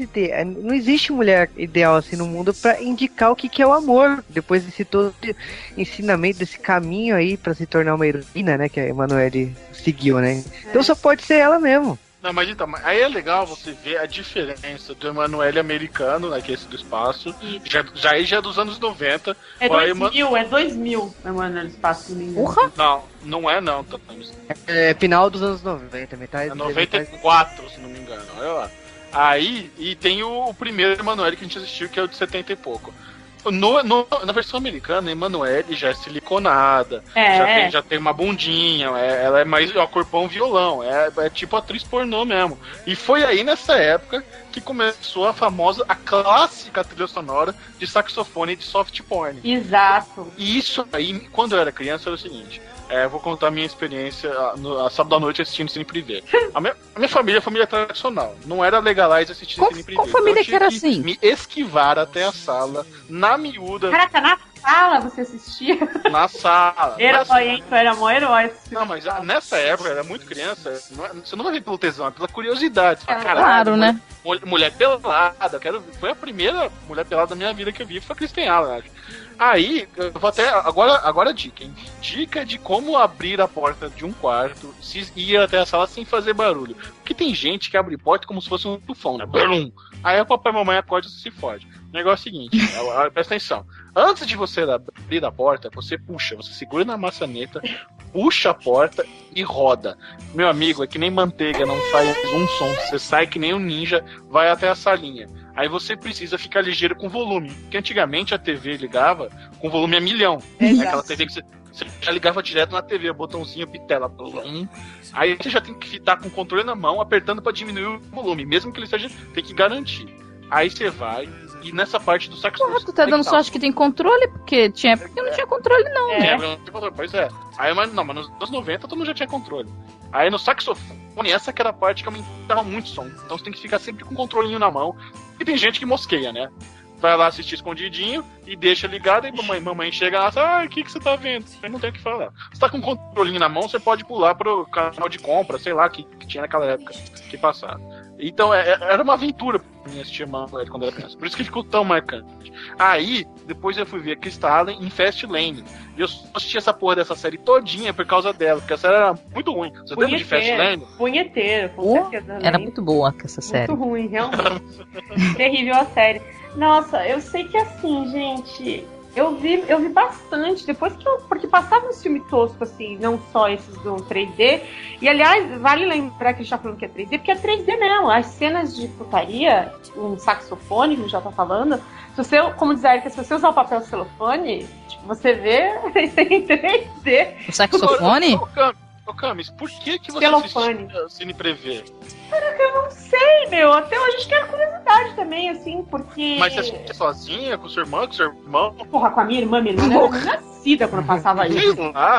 ideal assim no mundo pra indicar o que é o amor, depois desse todo ensinamento, desse caminho aí pra se tornar uma heroína, né, que a Emmanuelle seguiu, né? Então só pode ser ela mesmo. Não, mas então, aí é legal você ver a diferença do Emmanuelle americano, né, que é esse do espaço, já é dos anos 90. É 2000 Emmanuelle do espaço, não me engano. Não é não. É final dos anos 90, metade. É 94, se não me engano, olha lá. Aí, e tem o primeiro Emmanuelle que a gente assistiu, que é o de 70 e pouco. Na versão americana, a Emmanuelle já é siliconada, já tem uma bundinha, ela é mais corpão violão, é tipo atriz pornô mesmo. E foi aí nessa época que começou a clássica trilha sonora de saxofone de soft porn. Exato. E isso aí, quando eu era criança, era o seguinte. Eu vou contar a minha experiência no sábado à noite assistindo Cine Privé. A minha família é família tradicional. Não era legalize assistir Cine Privé. Qual família que era assim? Me esquivar até a sala, na miúda. Caraca, na sala você assistia? Na sala. Herói, tu era mó herói. Não, mas nessa época, eu era muito criança, você não vai ver pelo tesão, é pela curiosidade. Claro, né? Mulher pelada, foi a primeira mulher pelada da minha vida que eu vi, foi a Kristen Allen, acho. Aí, eu vou até. Agora dica, hein? Dica de como abrir a porta de um quarto se ir até a sala sem fazer barulho. Porque tem gente que abre porta como se fosse um tufão, né? Brum! Aí o papai e a mamãe acordam e se fode. O negócio é o seguinte, presta atenção. Antes de você abrir a porta, você segura na maçaneta, puxa a porta e roda. Meu amigo, é que nem manteiga, não faz um som. Você sai que nem um ninja, vai até a salinha. Aí você precisa ficar ligeiro com o volume. Porque antigamente a TV ligava com volume a 1.000.000. Aquela TV que você já ligava direto na TV, botãozinho, pitela. Aí você já tem que estar com o controle na mão, apertando pra diminuir o volume. Mesmo que ele seja, tem que garantir. Aí você vai, e nessa parte do saxofone... Porra, tu tá dando sorte que tem controle? Porque não tinha controle não, né? Não tinha controle, pois é. Aí, mas nos anos 90 todo mundo já tinha controle. Aí no saxofone, essa que era a parte que aumentava muito som. Então você tem que ficar sempre com o controlinho na mão. E tem gente que mosqueia, né? Vai lá assistir escondidinho e deixa ligado, e mamãe chega lá e fala, o que você tá vendo? Eu não tenho o que falar. Você tá com o controlinho na mão, você pode pular pro canal de compra, sei lá, que tinha naquela época que passava. Então era uma aventura pra mim assistir Manuel quando era criança. Por isso que ficou tão marcante. Aí, depois eu fui ver a Kristen Allen em Fast Lane. E eu assisti essa porra dessa série todinha por causa dela, porque a série era muito ruim. Você lembra de Fast Lane? Punheteiro, com certeza. Era muito boa essa série. Muito ruim, realmente. Terrível a série. Nossa, eu sei que assim, gente, eu vi bastante, porque passava um filme tosco, assim, não só esses do 3D, e aliás, vale lembrar que a gente tá falando que é 3D, porque é 3D mesmo, as cenas de putaria, um saxofone, que a gente já tá falando, se você, como diz a Erika, se você usar o papel celofane, tipo, você vê em 3D. O saxofone? Ô Camis, por que você assistiu Cine Prevê? Caraca, eu não sei, meu. Até hoje acho que era curiosidade também, assim, porque... Mas você assistia sozinha, com sua irmã, com seu irmão? Porra, com a minha irmã era nem nascida quando passava isso.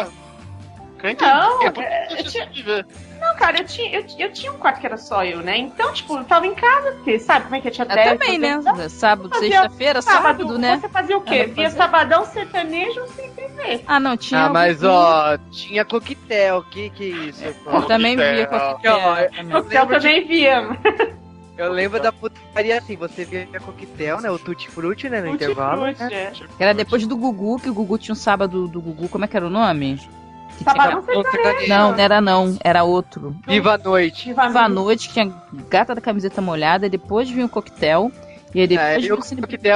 Não, cara, eu tinha um quarto que era só eu, né? Então, tipo, eu tava em casa, porque sabe como é que eu tinha 10? Eu também, né? Sábado, sexta-feira, sábado, né? Você fazia o quê? Via Sabadão, Sertanejo, sempre ver. Ah, não, tinha... Ah, mas ó, tinha Coquetel, que é isso? Eu também via Coquetel. Coquetel também via. Eu lembro da putaria assim, você via Coquetel, né? O Tutti Frutti, né? No intervalo. Era depois do Gugu, que o Gugu tinha um sábado do Gugu, como é que era o nome? Sabadão Sertanejo. Não, era outro. Viva a Noite. Viva a Noite, que tinha Gata da Camiseta Molhada, e depois vinha o Coquetel. E aí depois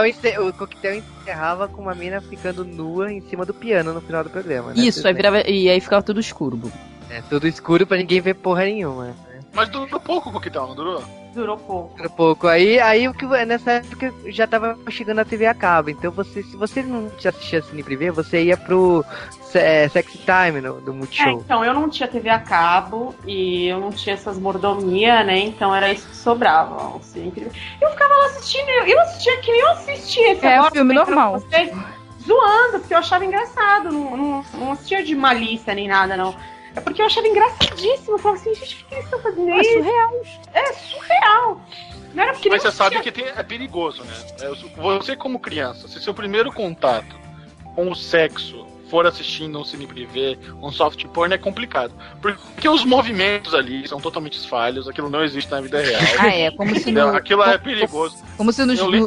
o Coquetel encerrava com uma mina ficando nua em cima do piano no final do programa, né? Isso, aí aí ficava tudo escuro. Tudo escuro pra ninguém ver porra nenhuma, né? Mas durou pouco o Coquetel, não durou? Durou pouco. Durou pouco. Aí o que nessa época já tava chegando a TV a cabo. Então se você não assistia Cine Privé, você ia pro Sexy Time do Multishow. Então, eu não tinha TV a cabo e eu não tinha essas mordomias, né? Então era isso que sobrava. Sempre. Eu ficava lá assistindo, eu assistia que eu assistia esse agora, filme normal. Vocês, zoando, porque eu achava engraçado. Não assistia de malícia nem nada, não. É porque eu achava engraçadíssimo. Eu falava assim, gente, por que eles estão fazendo isso? É surreal. É surreal. Não era porque mas você sabe que é perigoso, né? Você como criança, se seu primeiro contato com o sexo for assistindo um Cine Privé, um soft porn, é complicado. Porque os movimentos ali são totalmente falhos, aquilo não existe na vida real. Como se aquilo é perigoso. Como se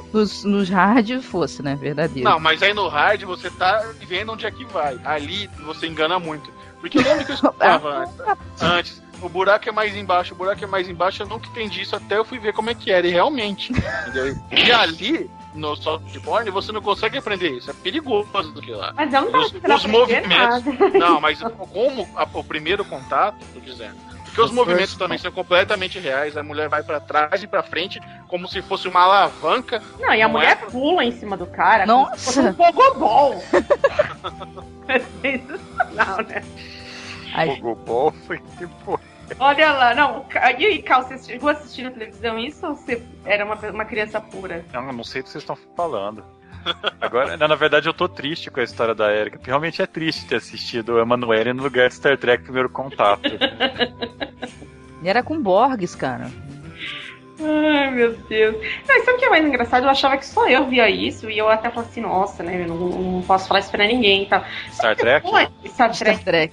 nos hard fosse, né? Verdadeiro. Não, mas aí no hard você tá vendo onde é que vai. Ali você engana muito. Porque eu lembro que eu escutava antes, o buraco é mais embaixo, eu nunca entendi isso até eu fui ver como é que era, e realmente, entendeu? E ali, no soft porn, você não consegue aprender isso, é perigoso aquilo lá. Mas eu não tava os movimentos. Nada. Não, mas como o primeiro contato, tô dizendo, porque os movimentos também são completamente reais, a mulher vai pra trás e pra frente, como se fosse uma alavanca. Não, e a mulher pula em cima do cara, nossa, como se fosse um pogobol. É sensacional, né? Pogobol foi tipo... Olha lá, não. E aí, Cal, você chegou assistindo televisão isso ou você era uma criança pura? Não sei do que vocês estão falando. Agora, na verdade, eu tô triste com a história da Erika, porque realmente é triste ter assistido o Emanuele no lugar de Star Trek Primeiro Contato. E era com Borges, cara. Ai, meu Deus. Não, sabe o que é mais engraçado? Eu achava que só eu via isso e eu até falava assim, nossa, né? Eu não posso falar isso pra ninguém e tal. Star Trek? Star Trek.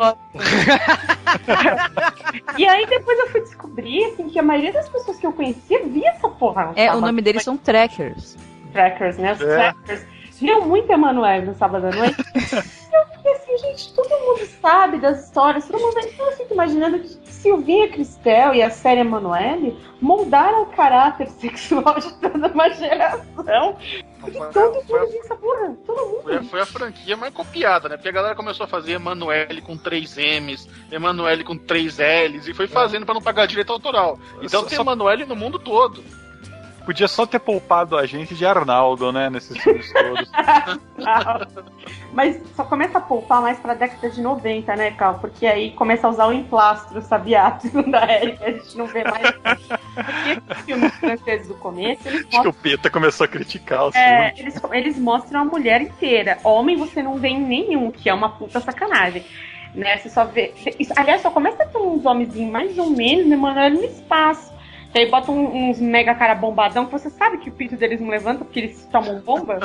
E aí depois eu fui descobrir assim, que a maioria das pessoas que eu conhecia via essa porra. O nome deles são Trackers. Trackers, né? Os Trackers. Viram muito Emanuele no sábado à noite. Eu fiquei assim, gente, todo mundo sabe das histórias, todo mundo. Então eu fico imaginando que Silvinha Cristel e a série Emanuele moldaram o caráter sexual de toda uma geração. Porque todo mundo viu essa porra. Todo mundo. Foi a franquia mais copiada, né? Porque a galera começou a fazer Emanuele com 3 M's, Emanuele com 3 L's, e foi fazendo pra não pagar direito autoral. Então tem Emanuele no mundo todo. Podia só ter poupado a gente de Arnaldo, né? Nesses filmes todos. Mas só começa a poupar mais pra década de 90, né, Cal? Porque aí começa a usar o emplastro sabiático da Erika, a gente não vê mais. Porque os filmes franceses do começo, eles mostram... Acho que o Peta começou a criticar os filmes. Eles mostram a mulher inteira. Homem você não vê em nenhum, que é uma puta sacanagem. Né? Você só vê... Aliás, só começa a ter uns homenzinhos mais ou menos, né, mano, no espaço. E aí botam uns mega cara bombadão que você sabe que o pinto deles não levanta porque eles tomam bomba.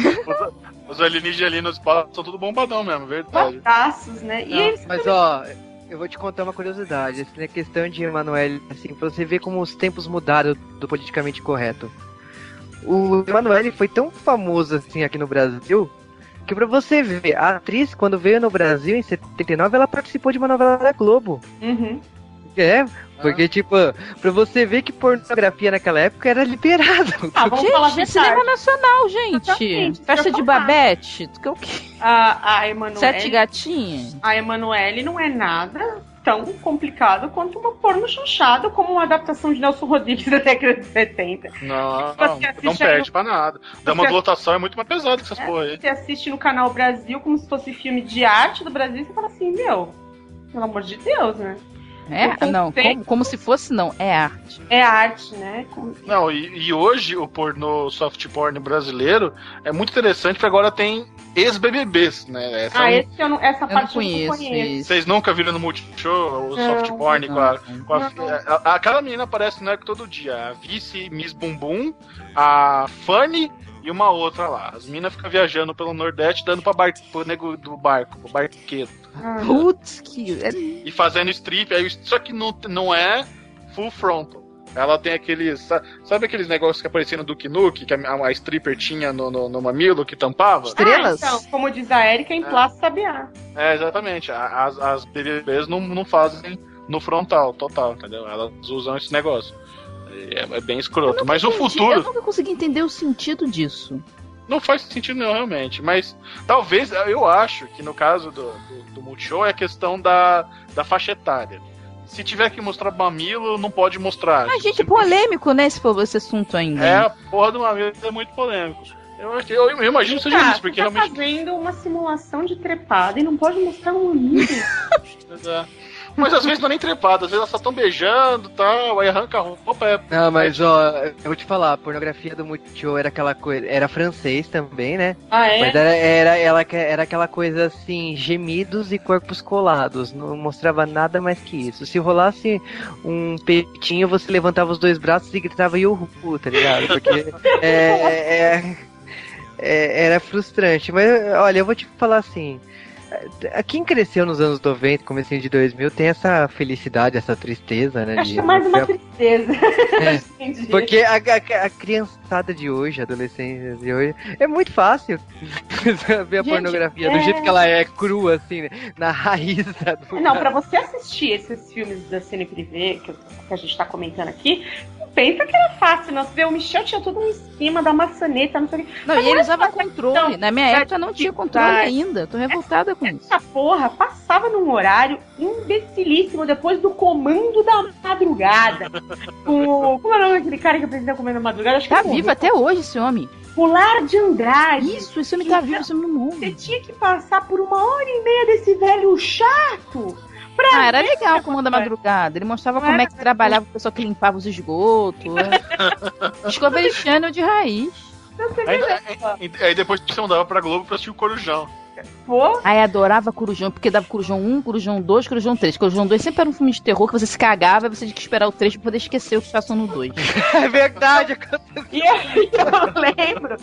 Os alienígenas ali no espaço são tudo bombadão mesmo, verdade. Botaços, né? Não, mas ó, eu vou te contar uma curiosidade. Assim, a questão de Emanuele, assim, pra você ver como os tempos mudaram do politicamente correto. O Emanuele foi tão famoso assim aqui no Brasil que pra você ver, a atriz, quando veio no Brasil em 79, ela participou de uma novela da Globo. Uhum. Porque, tipo, pra você ver que pornografia naquela época era liberada. Vamos falar gente, cinema nacional, gente. Exatamente, Festa de Babette. O quê? A Emanuele... 7 gatinhas. A Emanuele não é nada tão complicado quanto uma porno chanchada, como uma adaptação de Nelson Rodrigues da década de 70. Não perde pra nada. Dama de lotação é muito mais pesado que essas porra aí. Você assiste no Canal Brasil como se fosse filme de arte do Brasil e você fala assim, meu, pelo amor de Deus, né? Não, como se fosse, não, é arte. É arte, né? Não, e hoje o porno soft porn brasileiro é muito interessante, porque agora tem ex-BBBs, né? Essa parte eu não conheço. Vocês nunca viram no Multishow o soft porn aquela menina aparece no Eco todo dia, a Vice Miss Bumbum, a Fanny e uma outra lá. As minas ficam viajando pelo Nordeste, dando pro nego do barco, pro barqueiro. Putz, e fazendo strip, aí, só que não é full frontal. Ela tem aqueles... Sabe aqueles negócios que apareciam no Duke Nukem, que a stripper tinha no mamilo, que tampava? Estrelas? Então, como diz a Erika, em plástico sabiá. Exatamente. As BBBs não fazem no frontal, total, entendeu? Elas usam esse negócio. É bem escroto. Mas o futuro... Eu nunca consegui entender o sentido disso. Não faz sentido não, realmente. Mas talvez, eu acho que no caso do Multishow é a questão da faixa etária. Se tiver que mostrar mamilo, não pode mostrar. Mas, gente, polêmico, né, esse assunto ainda. A porra do mamilo é muito polêmico. Eu imagino que seja isso, porque tá realmente... fazendo uma simulação de trepada e não pode mostrar um mamilo. Mas às vezes não é nem trepada, às vezes elas só estão beijando e tal, aí arranca a roupa. Não, mas ó, eu vou te falar, a pornografia do Multishow era aquela coisa, era francês também, né? Ah, é? Mas era aquela coisa assim, gemidos e corpos colados, não mostrava nada mais que isso. Se rolasse um peitinho, você levantava os 2 braços e gritava Yuhu, tá ligado? Porque era frustrante. Mas olha, eu vou te falar assim, quem cresceu nos anos 90, comecinho de 2000, tem essa felicidade, essa tristeza, né? Acho mais uma tristeza. Porque a criançada de hoje, a adolescência de hoje, é muito fácil ver a pornografia do jeito que ela é crua, assim, né? Na raiz. Não, pra você assistir esses filmes da Cine Privé, que a gente tá comentando aqui, pensa que era fácil, não. Você vê, o Michel tinha tudo em cima da maçaneta, não sei o que. Não, e ele usava controle. Na minha época não tinha controle ainda. Tô revoltada com isso. Essa porra passava num horário imbecilíssimo depois do Comando da Madrugada. Como é o nome daquele cara que apresenta o Comando da Madrugada? Acho que tá vivo até hoje esse homem. O Lar de Andrade. Isso, esse homem tá vivo, esse homem não morre. Você tinha que passar por 1h30 desse velho chato. Era legal o Comando da Madrugada. Ele mostrava como é que trabalhava o pessoal que limpava os esgotos. Discovery Channel de raiz. Aí depois você mandava pra Globo pra assistir o Corujão. Pô. Aí adorava Corujão, porque dava Corujão 1, Corujão 2, Corujão 3. Corujão 2 sempre era um filme de terror que você se cagava e você tinha que esperar o 3 pra poder esquecer o que passou no 2. É verdade. E aí eu lembro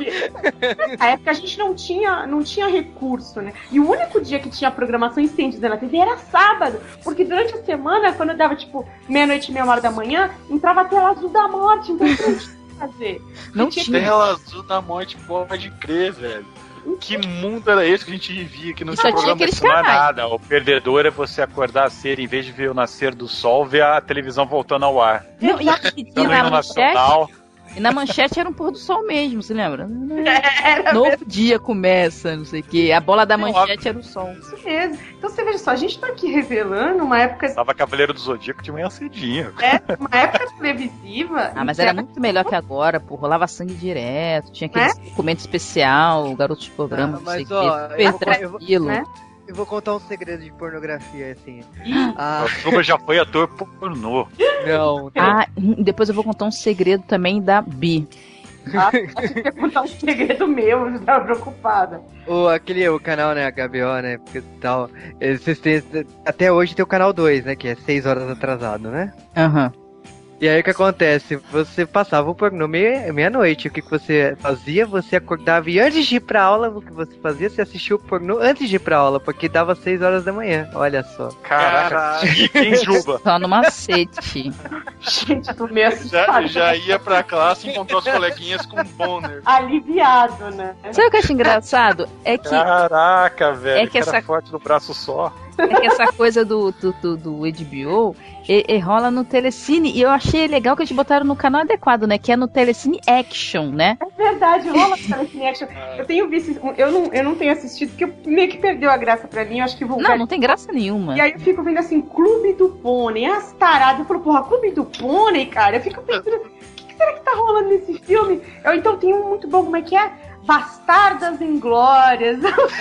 que na época a gente não tinha recurso, né? E o único dia que tinha programação estendida na TV era sábado, porque durante a semana, quando dava tipo meia-noite, meia hora da manhã, entrava a tela azul da morte, então você não tinha o que fazer. Não tinha. Tela azul da morte, pode crer, velho. Que mundo era esse que a gente vivia que não Só tinha aqueles Não é canais. nada, o perdedor é você acordar cedo, em vez de ver o nascer do sol, ver a televisão voltando ao ar. Não, e Então, no Nacional. E na manchete era um pôr do sol mesmo, você lembra? Novo dia começa, não sei o quê. A bola da manchete era o sol. Isso mesmo. Então você veja só, a gente tá aqui revelando uma época... Tava Cavaleiro do Zodíaco de manhã cedinho. Uma época televisiva... Ah, mas era muito melhor que agora, pô. Rolava sangue direto, tinha aquele documento especial, garoto de programa, não sei o quê. Super tranquilo. Eu vou contar um segredo de pornografia, assim. O Truba já foi ator pornô. Não. Depois eu vou contar um segredo também da Bi. Acho que ia contar um segredo meu, eu tava preocupada. O canal, né, HBO, né, porque tal, vocês têm, até hoje tem o canal 2, né, que é 6 horas atrasado, né? Aham. E aí o que acontece? Você passava o pornô meia-noite. O que você fazia? Você acordava e antes de ir pra aula, o que você fazia? Você assistia o pornô antes de ir pra aula, porque dava 6 horas da manhã. Olha só. Caraca, quem juba? Só no macete. Gente, tô meio assustado. Já ia pra classe e encontrou os coleguinhas com boner. Aliviado, né? Sabe o que eu acho engraçado? É que... Caraca, velho. É que cara forte no braço só. É que essa coisa do HBO rola no Telecine. E eu achei legal que eles botaram no canal adequado, né? Que é no Telecine Action, né? É verdade, rola no Telecine Action. Eu tenho visto, eu não tenho assistido, porque meio que perdeu a graça pra mim. Eu acho que vou. Não tem graça nenhuma. E aí eu fico vendo assim, Clube do Pônei, as taradas. Eu falo, porra, Clube do Pônei, cara. Eu fico pensando, o que será que tá rolando nesse filme? Eu então tem um muito bom, como é que é? Bastardas Inglórias.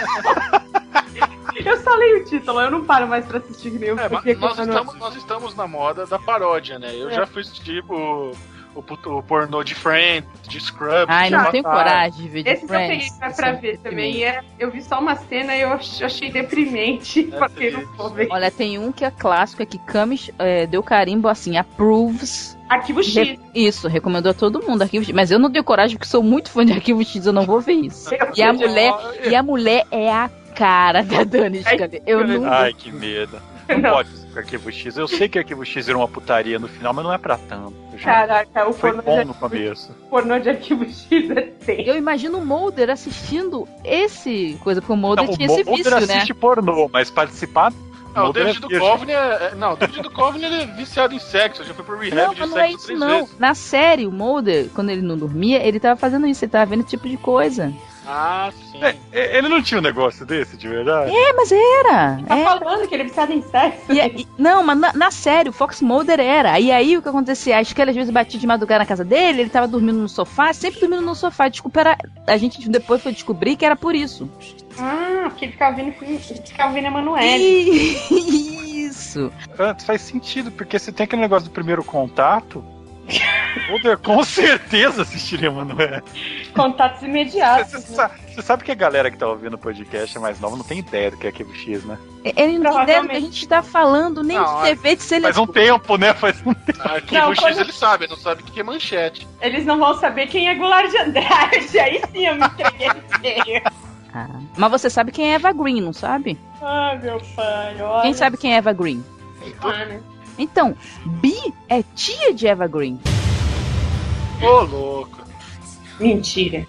Eu só leio o título, eu não paro mais pra assistir nenhum. Nós estamos na moda da paródia, né? Eu já fui assistir o pornô de Friends, de Scrubs. Ai, não tenho coragem de ver de Friends. Esse eu peguei pra ver também. Eu vi só uma cena e eu achei deprimente. Olha, tem um que é clássico, é que Camis deu carimbo assim, approves. Arquivo X. Isso, recomendou a todo mundo Arquivo X. Mas eu não tenho coragem porque sou muito fã de Arquivo X, eu não vou ver isso. E a mulher é a cara da Dani Scully. Eu não. Ai, que medo. Não pode ser com Arquivo X. Eu sei que Arquivo X era uma putaria no final, mas não é pra tanto. Caraca, o foi bom no começo. O pornô de Arquivo X é tenso. Eu imagino o Mulder assistindo esse coisa, porque o Mulder tinha esse vício, né? O Mulder assiste pornô, mas participar... Não, o David Duchovny é viciado em sexo, já foi pro rehab de sexo 3 vezes. Na série, o Mulder, quando ele não dormia, ele tava fazendo isso, ele tava vendo esse tipo de coisa. Ah, sim. Ele não tinha um negócio desse, de verdade? Mas era. Tá falando que ele é viciado em sexo? Não, mas na série, o Fox Mulder era. E aí, o que acontecia? Acho que ele às vezes batia de madrugada na casa dele, ele tava dormindo no sofá, sempre dormindo no sofá. Desculpa, a gente depois foi descobrir que era por isso. Porque ele ficava vendo Emanuele. Isso. Faz sentido, porque você tem aquele negócio do primeiro contato. Mulder com certeza assistiria Emanuele. Contatos imediatos. Você sabe que a galera que tá ouvindo o podcast é mais nova, não tem ideia do que é Arquivo X, né? Ele não tem ideia do que a gente tá falando, nem de TV de seleção. Faz um tempo, né? Arquivo X eles sabem, não sabem o que é manchete. Eles não vão saber quem é Goulart de Andrade, aí sim eu me entreguei. Mas você sabe quem é Eva Green, não sabe? Ai, meu pai, olha. Quem sabe quem é Eva Green? Né? Então, Bi é tia de Eva Green. Ô, louco. Mentira.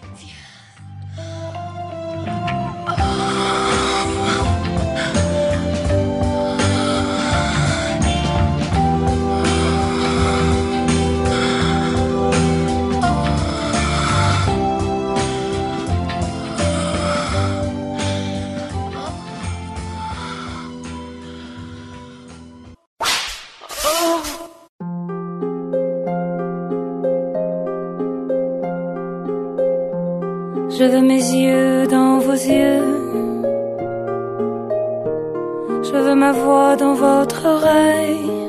Je veux mes yeux dans vos yeux. Je veux ma voix dans votre oreille.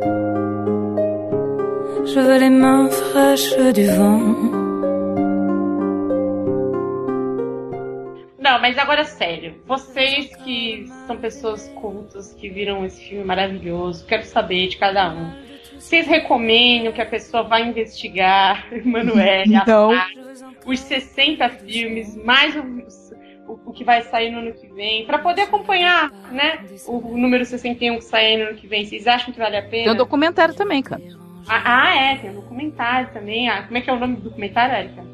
Je veux les mains fraîches du vent. Não, mas agora sério. Vocês que são pessoas cultas, que viram esse filme maravilhoso, quero saber de cada um. Vocês recomendam que a pessoa vá investigar Emanuele, os 60 filmes, mais o que vai sair no ano que vem, para poder acompanhar, né, o número 61 que sai no ano que vem. Vocês acham que vale a pena? Tem um documentário também, cara. Tem um documentário também. Como é que é o nome do documentário, Erika?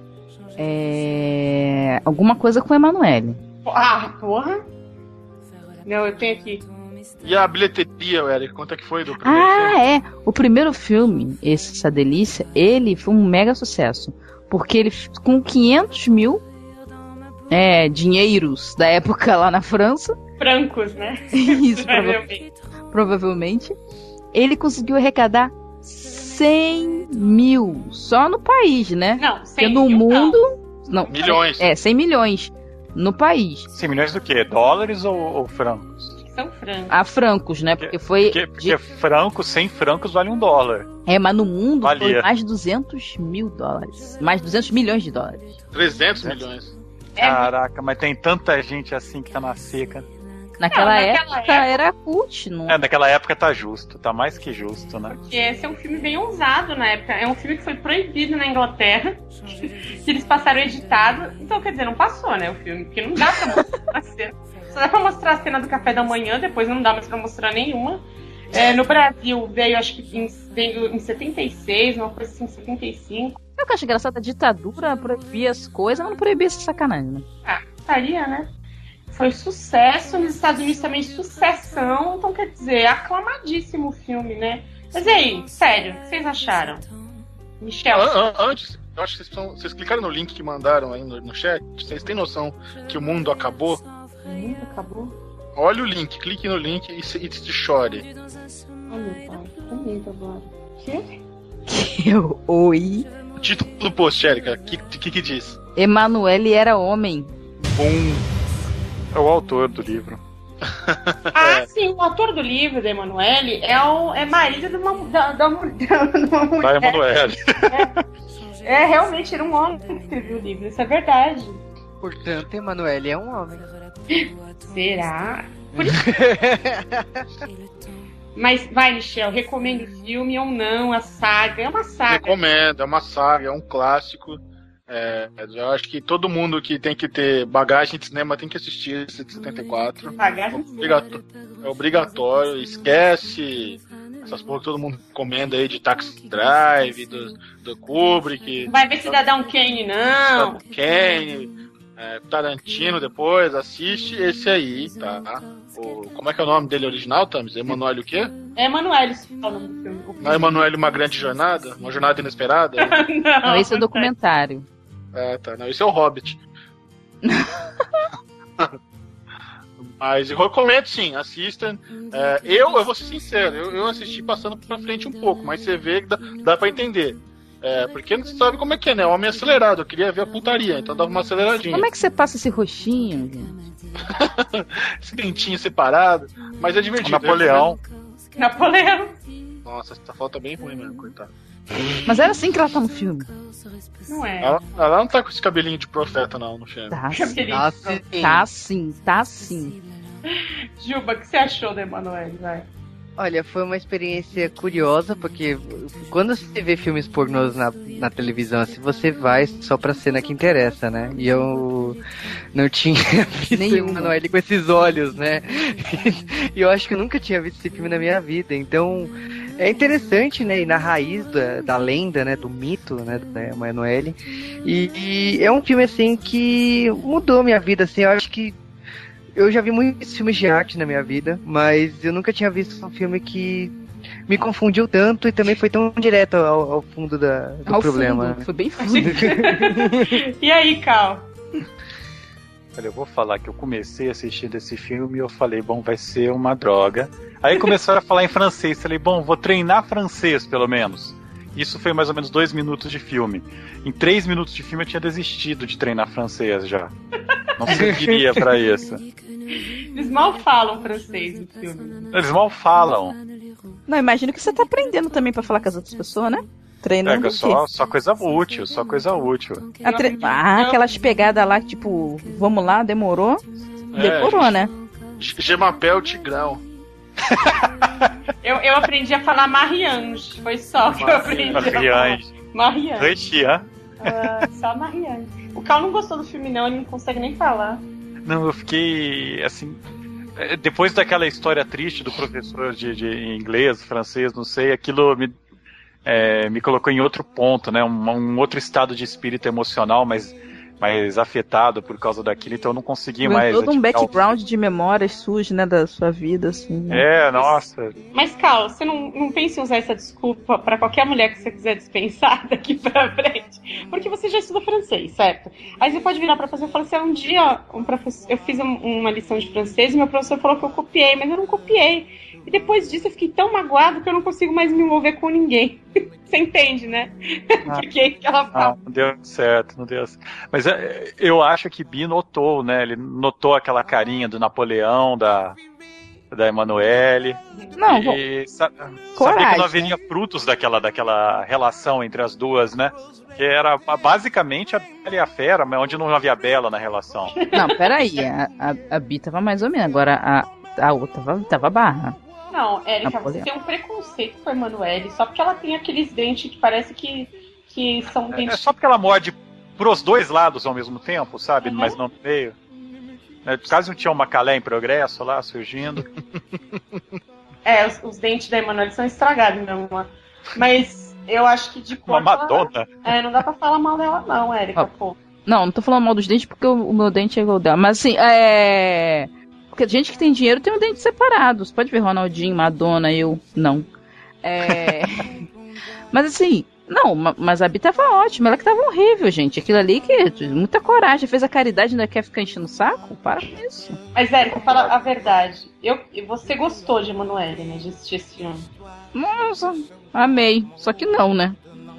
Alguma coisa com Emanuele. Porra. Não, eu tenho aqui. E a bilheteria, Erika, quanto é que foi do primeiro filme? O primeiro filme, essa delícia, ele foi um mega sucesso. Porque ele, com 500 mil dinheiros da época lá na França. Francos, né? Isso, provavelmente. Ele conseguiu arrecadar 100 mil só no país, né? Não, 100 porque no mil mundo... Não, milhões. 100 milhões no país. 100 milhões do quê? Dólares ou francos? São francos. Francos, né? Porque foi... Porque francos, 100 francos vale $1. Mas no mundo Valia. foi mais de 200 mil dólares. Mais 200 milhões de dólares. 300 milhões. Caraca, mas tem tanta gente assim que tá na seca. Naquela época era cult, não? Naquela época tá justo, tá mais que justo, né? Porque esse é um filme bem ousado na época. É um filme que foi proibido na Inglaterra, que eles passaram editado. Então, quer dizer, não passou, né, o filme, porque não dá pra mostrar a cena. Só dá pra mostrar a cena do café da manhã, depois não dá mais pra mostrar nenhuma. No Brasil veio, acho que veio em 76, uma coisa assim, 75. Eu acho engraçado, a ditadura proibia as coisas, mas não proibia essa sacanagem, né? Estaria, né? Foi sucesso, nos Estados Unidos também sucessão, então quer dizer, aclamadíssimo o filme, né? Mas e aí, sério, o que vocês acharam? Michel? Antes, eu acho que vocês clicaram no link que mandaram aí no chat, vocês têm noção que o mundo acabou? O mundo acabou? Olha o link, clique no link e se chore. Olha, pai, comenta agora. Que? Oi? O título do post, Erika, o que diz? Emanuele era homem. É o autor do livro. Sim, o autor do livro, da Emanuele, é marido da mulher. Da Emanuele. Realmente, era um homem que escreveu o livro, isso é verdade. Portanto, Emanuele é um homem. Será? Por isso... Mas vai, Michel, recomendo o filme ou não, a saga. É uma saga. Recomendo, é uma saga, é um clássico. Eu acho que todo mundo que tem que ter bagagem de cinema tem que assistir esse de 74. Bagagem de cinema. É obrigatório. Esquece essas porra que todo mundo recomenda aí de Taxi Drive, do Kubrick. Vai ver Cidadão Kane, não. Kane, Tarantino depois, assiste esse aí, tá? Como é que é o nome dele original, Thames? Emanuele o quê? Emanuele, se fala o nome do filme. Não é Emanuele Uma Grande Jornada? Uma Jornada Inesperada? Não, esse é o documentário. Tá. Não, esse é o Hobbit. Mas eu recomendo sim, assistam. Eu vou ser sincero, eu assisti passando pra frente um pouco, mas você vê que dá pra entender. Porque não sabe como é que é, né? Homem acelerado, eu queria ver a putaria, então dava uma aceleradinha. Como é que você passa esse roxinho, gente? Esse dentinho separado, mas é divertido. Napoleão. Nossa, essa foto é bem ruim mesmo, coitado. Mas era assim que ela tá no filme. Não é. Ela não tá com esse cabelinho de profeta, não, no filme. Tá sim. Juba, o que você achou da Emanuele, vai? Olha, foi uma experiência curiosa, porque quando você vê filmes pornôs na televisão, assim, você vai só pra cena que interessa, né? E eu não tinha visto Emanuele com esses olhos, né? E eu acho que eu nunca tinha visto esse filme na minha vida, então é interessante, né? E na raiz da lenda, né? Do mito, né? Da Emanuele. E é um filme, assim, que mudou minha vida, assim, eu acho que eu já vi muitos filmes de arte na minha vida, mas eu nunca tinha visto um filme que me confundiu tanto e também foi tão direto ao fundo do problema. Fundo. Foi bem fundo. E aí, Cal? Olha, eu vou falar que eu comecei assistindo esse filme e eu falei, bom, vai ser uma droga. Aí começaram a falar em francês, falei, bom, vou treinar francês pelo menos. Isso foi mais ou menos 2 minutos de filme. Em 3 minutos de filme eu tinha desistido de treinar francês já. Não serviria pra isso. Eles mal falam francês no filme. Eles mal falam. Não, imagino que você tá aprendendo também pra falar com as outras pessoas, né? Treinando o quê? Só coisa útil, só coisa útil. Aquelas pegadas lá, tipo, vamos lá, demorou? Demorou, né? Gemapel Tigrão. Eu aprendi a falar Mariange, foi só que eu aprendi a falar. Mariange. Só Mariange. O Cal não gostou do filme não, ele não consegue nem falar. Não, eu fiquei, assim... Depois daquela história triste do professor de inglês, francês, não sei, aquilo me colocou em outro ponto, né? Um outro estado de espírito emocional, mais afetado por causa daquilo, então eu não consegui mais... Todo um background de memórias suas, né, da sua vida, assim. Né? Nossa. Mas, Cal, você não pensa em usar essa desculpa pra qualquer mulher que você quiser dispensar daqui pra frente? Porque você já estuda francês, certo? Aí você pode virar pra professor e falar assim, um dia eu fiz uma lição de francês e meu professor falou que eu copiei, mas eu não copiei. E depois disso eu fiquei tão magoado que eu não consigo mais me envolver com ninguém. Você entende, né? Porque é que ela fala. Não deu certo, não deu certo. Mas eu acho que Bi notou, né? Ele notou aquela carinha do Napoleão, da Emanuele. Não, sabia que não haveria frutos daquela relação entre as duas, né? Que era basicamente a Bela e a Fera, mas onde não havia Bela na relação. Não, peraí. A Bi tava mais ou menos, agora a outra tava barra. Não, Érica, você tem um preconceito com a Emanuele só porque ela tem aqueles dentes que parece que são dentes... É só porque ela morde pros dois lados ao mesmo tempo, sabe? Mas não no meio. Quase não tinha uma Calé em progresso lá, surgindo. Os dentes da Emanuele são estragados mesmo. Mas eu acho que de cor... Uma Madonna. Não dá pra falar mal dela não, Érica, pô. Não tô falando mal dos dentes porque o meu dente é igual dela. Mas assim, porque gente que tem dinheiro tem um dente separado. Você pode ver Ronaldinho, Madonna, eu não. Mas assim, não, mas a Bi tava ótima, ela que tava horrível, gente. Aquilo ali que muita coragem, fez a caridade, ainda quer ficar enchendo o saco? Para com isso. Mas, Érica, fala a verdade. Você gostou de Emanuele, né? De assistir esse filme? Nossa, amei. Só que não, né?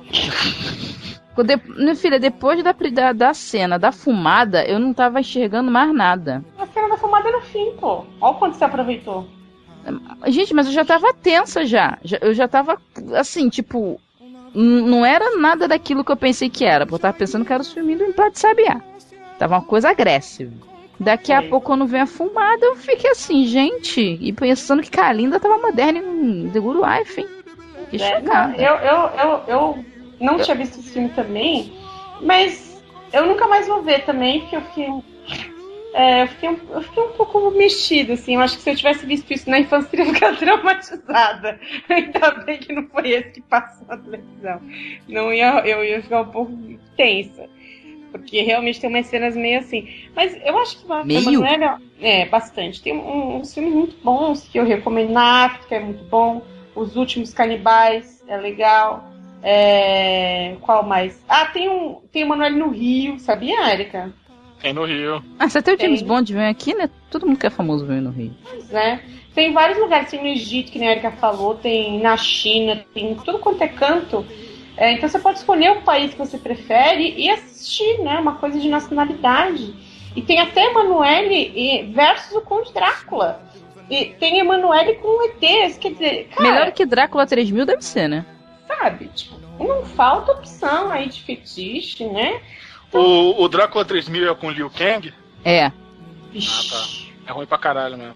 Minha filha, depois da cena da fumada, eu não tava enxergando mais nada. A cena da fumada é no fim, pô. Olha o quanto você aproveitou. Gente, mas eu já tava tensa já. Eu já tava, assim, tipo... Não era nada daquilo que eu pensei que era. Porque eu tava pensando que era o filme do Emplate Sabiá. Tava uma coisa agressiva. Daqui a pouco, quando vem a fumada, eu fiquei assim, gente... E pensando que Kalinda tava moderna em The Good Wife, hein? Que chocada. Eu não tinha visto esse filme também, mas eu nunca mais vou ver também, porque eu fiquei um pouco mexida, assim. Eu acho que se eu tivesse visto isso na infância, eu teria ficado traumatizada. Ainda bem que não foi esse que passou na televisão. Eu ia ficar um pouco tensa, porque realmente tem umas cenas meio assim. Mas eu acho que a Emanuele bastante. Tem uns filmes muito bons que eu recomendo. Na África é muito bom. Os Últimos Canibais é legal. Qual mais? Tem o Emanuele no Rio, sabia, Érica? Tem no Rio. Você até o James Bond vem aqui, né? Todo mundo que é famoso vem no Rio. Pois é. Tem vários lugares, tem no Egito, que nem a Érica falou, tem na China, tem tudo quanto é canto. Então você pode escolher o país que você prefere e assistir, né? Uma coisa de nacionalidade. E tem até Emanuele versus o Conde Drácula. E tem Emanuele com ETs, quer dizer... Cara, melhor que Drácula 3000 deve ser, né? Sabe? Tipo, não falta opção aí de fetiche, né? Então... O Drácula 3000 é com Liu Kang? É. Vixe. Tá. É ruim pra caralho mesmo.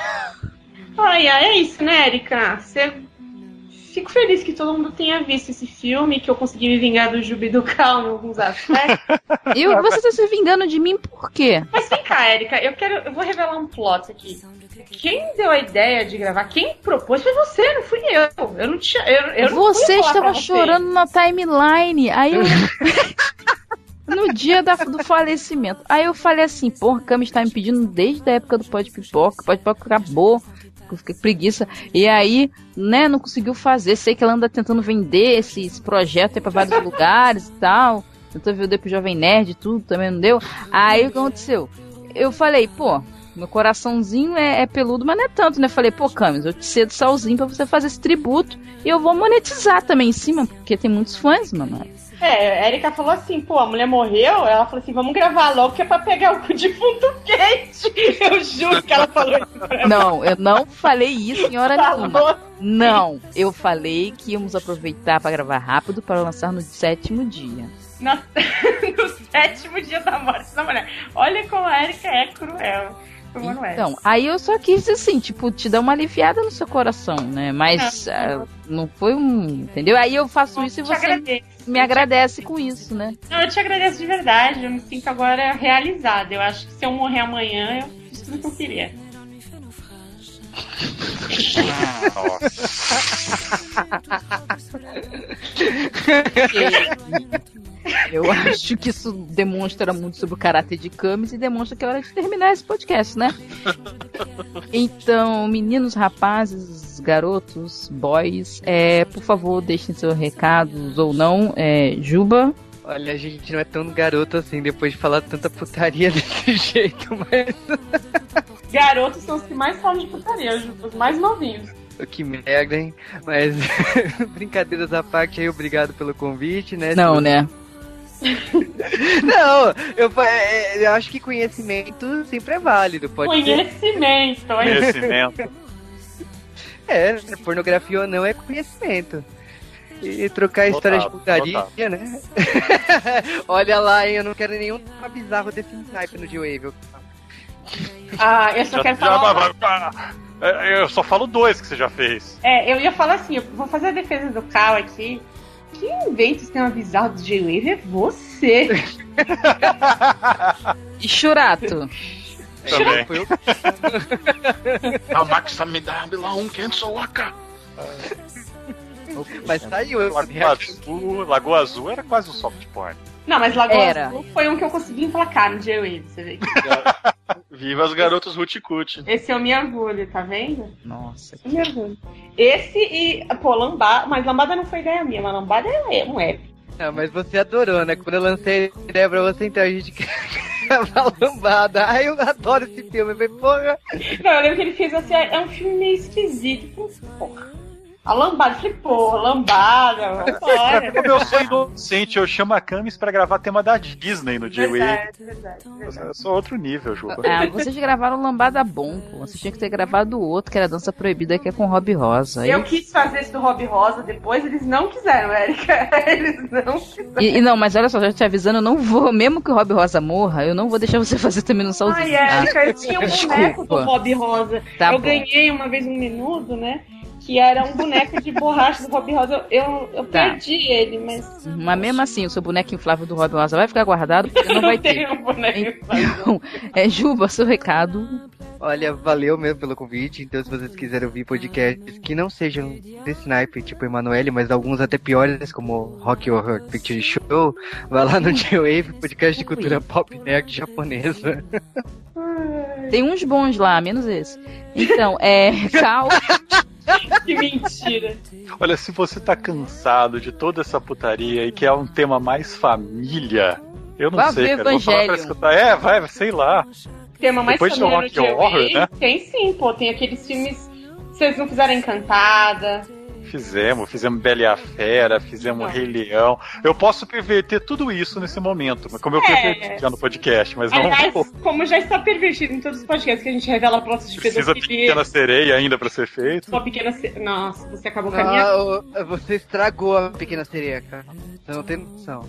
É isso, né, Érica? Fico feliz que todo mundo tenha visto esse filme, que eu consegui me vingar do Jubi do Cal em alguns aspectos. E você tá se vingando de mim por quê? Mas vem cá, Érica, eu vou revelar um plot aqui. Quem deu a ideia de gravar, quem propôs foi você, não fui eu. Eu não tinha. Eu não você estava chorando na timeline. Aí eu. No dia do falecimento. Aí eu falei assim, porra, a Cami está me pedindo desde a época do Pode Pipoca. Pode Pipoca acabou. Eu fiquei com preguiça. E aí, né, não conseguiu fazer. Sei que ela anda tentando vender esse projeto aí pra vários lugares e tal. Tentou vender pro Jovem Nerd e tudo, também não deu. Aí o que aconteceu? Eu falei, pô, Meu coraçãozinho é peludo, mas não é tanto, né? Falei, pô, Camis, eu te cedo salzinho pra você fazer esse tributo e eu vou monetizar também em cima, porque tem muitos fãs, mamãe. A Erika falou assim, pô, a mulher morreu, ela falou assim, vamos gravar logo que é pra pegar o defunto quente. Eu juro que ela falou isso pra mim. Não, eu não falei isso em hora nenhuma. Não, eu falei que íamos aproveitar pra gravar rápido para lançar no 7º dia. No 7º dia da morte da mulher. Olha como a Erika é cruel. Então, aí eu só quis, assim, tipo, te dar uma aliviada no seu coração, né? Mas não foi entendeu? Aí eu faço isso e você me agradece com isso, né? Não, eu te agradeço de verdade. Eu me sinto agora realizada. Eu acho que se eu morrer amanhã, eu fiz tudo que eu queria. Eu acho que isso demonstra muito sobre o caráter de Camis e demonstra que é hora de terminar esse podcast, né? Então, meninos, rapazes, garotos, boys, por favor, deixem seus recados ou não. Juba? Olha, a gente não é tão garoto assim depois de falar tanta putaria desse jeito, mas... Garotos são os que mais falam de putaria, Juba, os mais novinhos. Que merda, hein? Mas, brincadeiras à parte aí, obrigado pelo convite, né? Não, né? Não, eu acho que conhecimento sempre é válido. Conhecimento. Pornografia ou não é conhecimento. E trocar histórias de putaria, né? Olha lá, hein, eu não quero nenhum tema bizarro desse snipe no G-Wave. Eu só quero falar... Eu só falo 2 que você já fez. Eu ia falar assim, eu vou fazer a defesa do Cal aqui. Quem inventa o sistema bizarro do J-Wave é você. E Churato? Também. A Max me dá um cancel waka. Mas saiu. Lagoa Azul era quase um soft porn. Não, mas Lagoa Azul foi um que eu consegui emplacar no J-Wave, você vê. Viva as garotas Ruticute. Esse é o meu orgulho, tá vendo? Nossa. É meu orgulho. Esse e, Lambada, mas Lambada não foi ideia minha, mas Lambada é um app. Não, mas você adorou, né? Quando eu lancei a ideia pra você, então a gente grava Lambada. Ai, eu adoro esse filme, eu falei, porra. Não, eu lembro que ele fez assim, é um filme meio esquisito. Porra. A Lambada, falei, porra, Lambada, vambora. Como eu sou inocente, eu chamo a Camis pra gravar tema da Disney no J-Wave. Verdade. Eu sou outro nível, Juba. Vocês gravaram Lambada bom, pô. Vocês tinham que ter gravado o outro, que era Dança Proibida, que é com Rob Rosa. Eu quis fazer esse do Rob Rosa depois, eles não quiseram, Erika. Eles não quiseram. E não, mas olha só, já te avisando, eu não vou, mesmo que o Rob Rosa morra, eu não vou deixar você fazer também no sozinho. Ai, Erika, eu tinha um boneco do Rob Rosa. Eu ganhei uma vez um minuto, né? Que era um boneco de borracha do Rob Rosa. Eu perdi ele, mas... Mas mesmo assim, o seu boneco inflável do Rob Rosa vai ficar guardado, porque não vai ter. Um boneco então, Juba, seu recado. Olha, valeu mesmo pelo convite. Então, se vocês quiserem ouvir podcasts que não sejam desse naipe, tipo Emanuele, mas alguns até piores, como Rock Horror Picture Show, vai lá no J-Wave, podcast de cultura pop nerd japonesa. Tem uns bons lá, menos esse. Então, Cal... Que mentira. Olha, se você tá cansado de toda essa putaria e quer um tema mais família, eu não sei, cara. Vou falar pra escutar. Vai, sei lá. Tema mais depois família Rock Horror, né? Tem sim, pô. Tem aqueles filmes... Vocês não fizeram Encantada... Fizemos Bela e a Fera, fizemos Rei Leão. Eu posso perverter tudo isso nesse momento, como eu perverti já no podcast, mas aliás, como já está pervertido em todos os podcasts que a gente revela plots de pedofilia. Precisa Pequena Sereia ainda pra ser feito. Uma Pequena Sereia. Nossa, você acabou com a minha... Você estragou a Pequena Sereia, cara. Você não tem noção.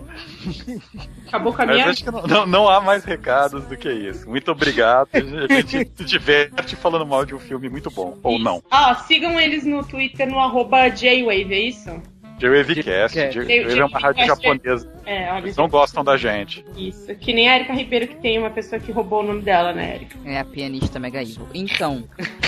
Acabou com a minha... Mas acho que não há mais recados do que isso. Muito obrigado. A gente se diverte falando mal de um filme muito bom. Ou não. Sigam eles no Twitter no @J-Wave, é isso? J-Wavecast. J-Wave é uma rádio japonesa. Eles não gostam da gente. Isso. Que nem a Erika Ribeiro, que tem uma pessoa que roubou o nome dela, né, Erika? É a pianista Mega Evil. Então...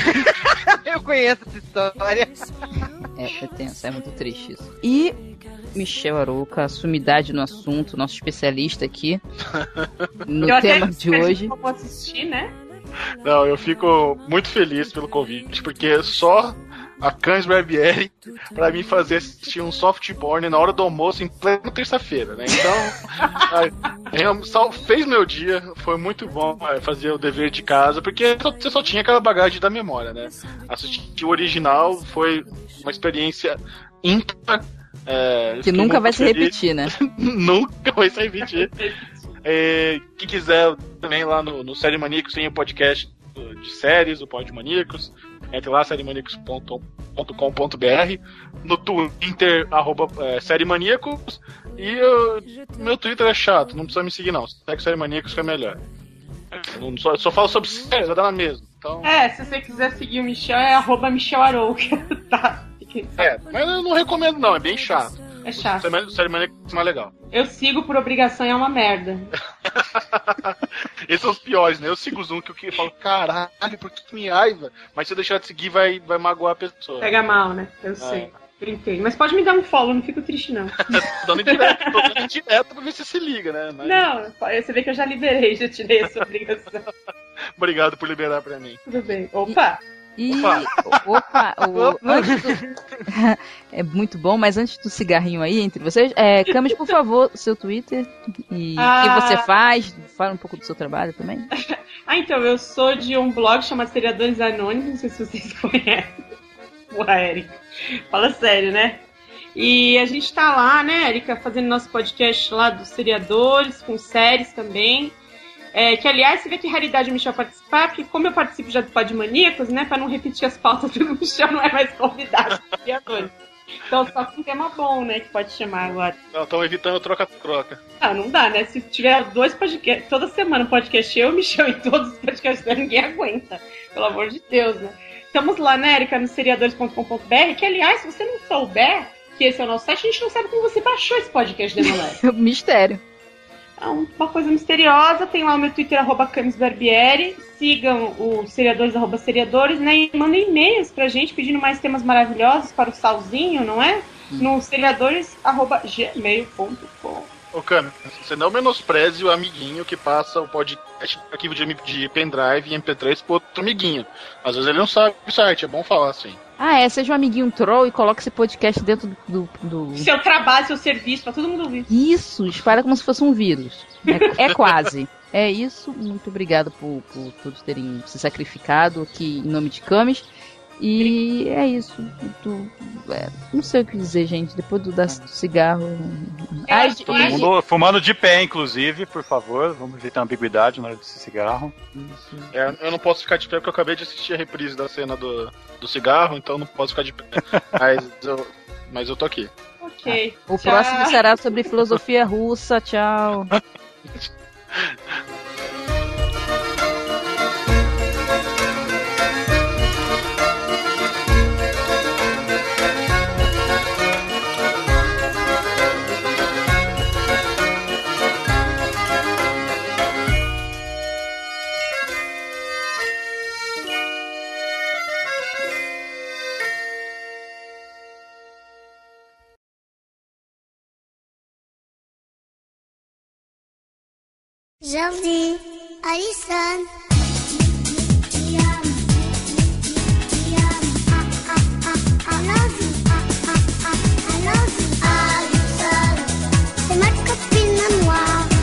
Eu conheço essa história. É tenso, é muito triste isso. E... Michel Arouca, sumidade no assunto, nosso especialista aqui no tema de hoje. Eu posso assistir, né? Não, eu fico muito feliz pelo convite, porque só a Camis Barbieri pra mim fazer assistir um soft porn na hora do almoço em plena terça-feira, né? Então, fez meu dia, foi muito bom fazer o dever de casa, porque você só tinha aquela bagagem da memória, né? Assistir o original foi uma experiência ímpar. Que nunca vai se repetir, né? Nunca vai se repetir. Quem quiser também lá no Série Maníacos tem o podcast de séries, o Pod Maníacos. Entre lá, sériemaníacos.com.br. No Twitter, Série Maníacos. E meu Twitter é chato, não precisa me seguir não. Segue Série Maníacos que é melhor. Só falo sobre séries, vai dar na mesma. Então... se você quiser seguir o Michel, é @Michel Arouca, tá? Mas eu não recomendo não, é bem chato. É chato. O Série Maníacos é mais legal. Eu sigo por obrigação e é uma merda. Esses são os piores, né? Eu sigo os que eu falo, caralho, por que me raiva? Mas se eu deixar de seguir, vai magoar a pessoa. Pega mal, né? Eu sei. Brinquei. Mas pode me dar um follow, não fico triste, não. Tô dando direto pra ver se se liga, né? Mas... Não, você vê que eu já liberei, já tirei essa obrigação. Obrigado por liberar pra mim. Tudo bem. Opa! É muito bom, mas antes do cigarrinho aí entre vocês, Camis, por favor, seu Twitter e o que você faz, fala um pouco do seu trabalho também. Então, eu sou de um blog chamado Seriadores Anônimos, não sei se vocês conhecem. Porra, Érica, fala sério, né? E a gente tá lá, né, Érica, fazendo nosso podcast lá dos seriadores, com séries também. Que, aliás, você vê que raridade o Michel participar, porque como eu participo já do Pod Maníacos, né, pra não repetir as pautas do Michel, não é mais convidado dos criadores. Então, só com um tema bom, né, que pode chamar agora. Não, estão evitando troca-troca. Não dá, né? Se tiver 2 podcasts, toda semana um podcast eu e o Michel, e todos os podcasts ninguém aguenta. Pelo amor de Deus, né? Estamos lá, né, Erika, no seriadores.com.br, que, aliás, se você não souber que esse é o nosso site, a gente não sabe como você baixou esse podcast de Demolé. Mistério. Uma coisa misteriosa, tem lá o meu Twitter, @Camis Barbieri, sigam o seriadores, @seriadores, né, e mandem e-mails pra gente pedindo mais temas maravilhosos para o Salzinho, não é? No seriadores@gmail.com. Ô Camis, você não menospreze o amiguinho que passa o podcast, arquivo de pendrive e MP3 pro outro amiguinho. Às vezes ele não sabe o site, é bom falar assim. Seja um amiguinho troll e coloque esse podcast dentro do... Seu trabalho, seu serviço, pra todo mundo ouvir. Isso, espalha como se fosse um vírus. É quase. É isso, muito obrigado por todos terem se sacrificado aqui em nome de Camis. E é isso. Não sei o que dizer, gente. Depois do cigarro. Todo mundo fumando de pé, inclusive, por favor. Vamos evitar ambiguidade na hora desse cigarro. Eu não posso ficar de pé porque eu acabei de assistir a reprise da cena do cigarro, então não posso ficar de pé. Mas eu tô aqui. Ok. O próximo será sobre filosofia russa. Tchau. Jordi, Alison. C'est ma copine à moi.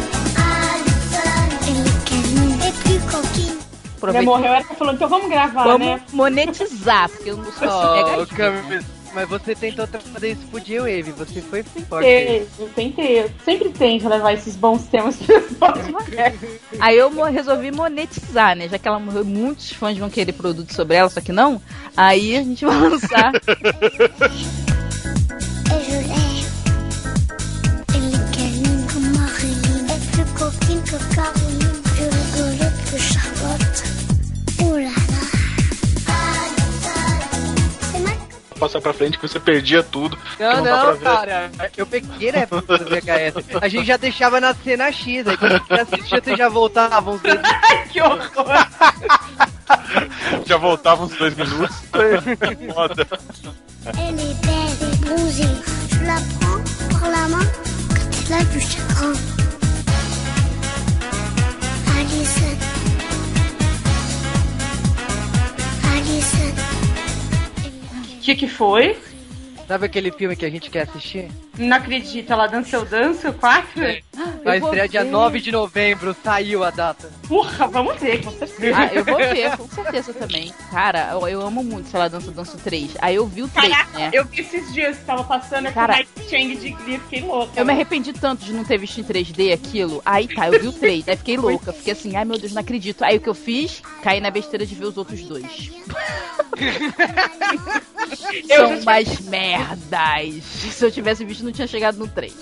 Elle est canon et plus coquine. Já morreu, ela tá falando, então vamos gravar, né? Vamos monetizar, porque eu não sou Mas você tentou fazer isso pro J-Wave, você foi forte. Eu tentei, eu sempre tento levar esses bons temas para os próximos. Aí eu resolvi monetizar, né? Já que ela morreu, muitos fãs vão querer produtos sobre ela, só que não. Aí a gente vai lançar. Elle est câline comme Marilyn, elle est plus coquine que Caroline, plus rigolote que Charlotte. Ouh là là. Passar pra frente que você perdia tudo. Não, cara. Eu peguei, né, do VHS. A gente já deixava na cena X, aí quando você assistia, você já voltava uns 2 minutos. Que horror! Já voltava uns 2 minutos. Foda. Elle est belle et bronzée. Je la prends par la main quand elle a du chagrin. Alison. O que foi? Sabe aquele filme que a gente quer assistir? Não acredito, ela Dança Eu Danço 4? Vai estrear dia 9 de novembro, saiu a data. Porra, vamos ver, com certeza. Ah, eu vou ver, com certeza também. Cara, eu amo muito, sei lá, Dança 3. Aí eu vi o 3, Caraca, né? eu vi esses dias que tava passando aqui o Mike Chang de Glee, fiquei louca. Eu me arrependi tanto de não ter visto em 3D aquilo. Aí tá, eu vi o 3, aí fiquei louca. Fiquei assim, ai meu Deus, não acredito. Aí o que eu fiz? Caí na besteira de ver os outros dois. São mais merdas. Se eu tivesse visto, não tinha chegado no 3.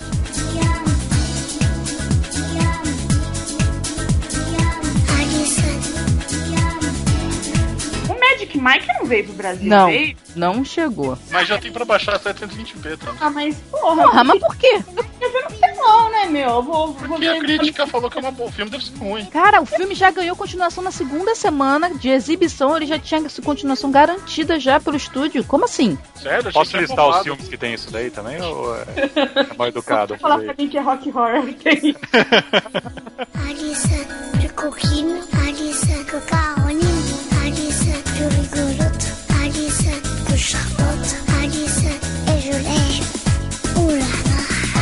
O Magic Mike não veio pro Brasil, Não, veio? não chegou. Mas já tem pra baixar 720p, tá? Ah, mas porra, mas por quê? Eu vi no telão, né, meu? Eu vou Porque a crítica falou que é uma boa. O filme deve ser ruim. Cara, o filme já ganhou continuação na segunda semana de exibição. Ele já tinha continuação garantida já pelo estúdio. Como assim? Sério? Posso listar os filmes que tem isso daí também? Ou é mal educado? Falar pra mim que é rock horror. Tem. Alisa, le coquine, Alisa, que caroline, Alisa, je rigolote, Alisa, que charlotte, Alisa, et je l'aime. Ouh là là.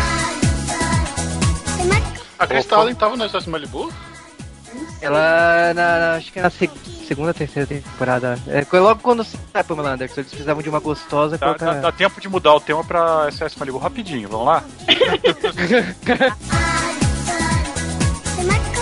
A Crystal Allen tava no Exército Malibu? Ela, acho que na segunda, terceira temporada. Foi logo quando sai Pamela Anderson, eles precisavam de uma gostosa. Dá tempo de mudar o tema pra SS Malibu rapidinho, vamos lá? C'est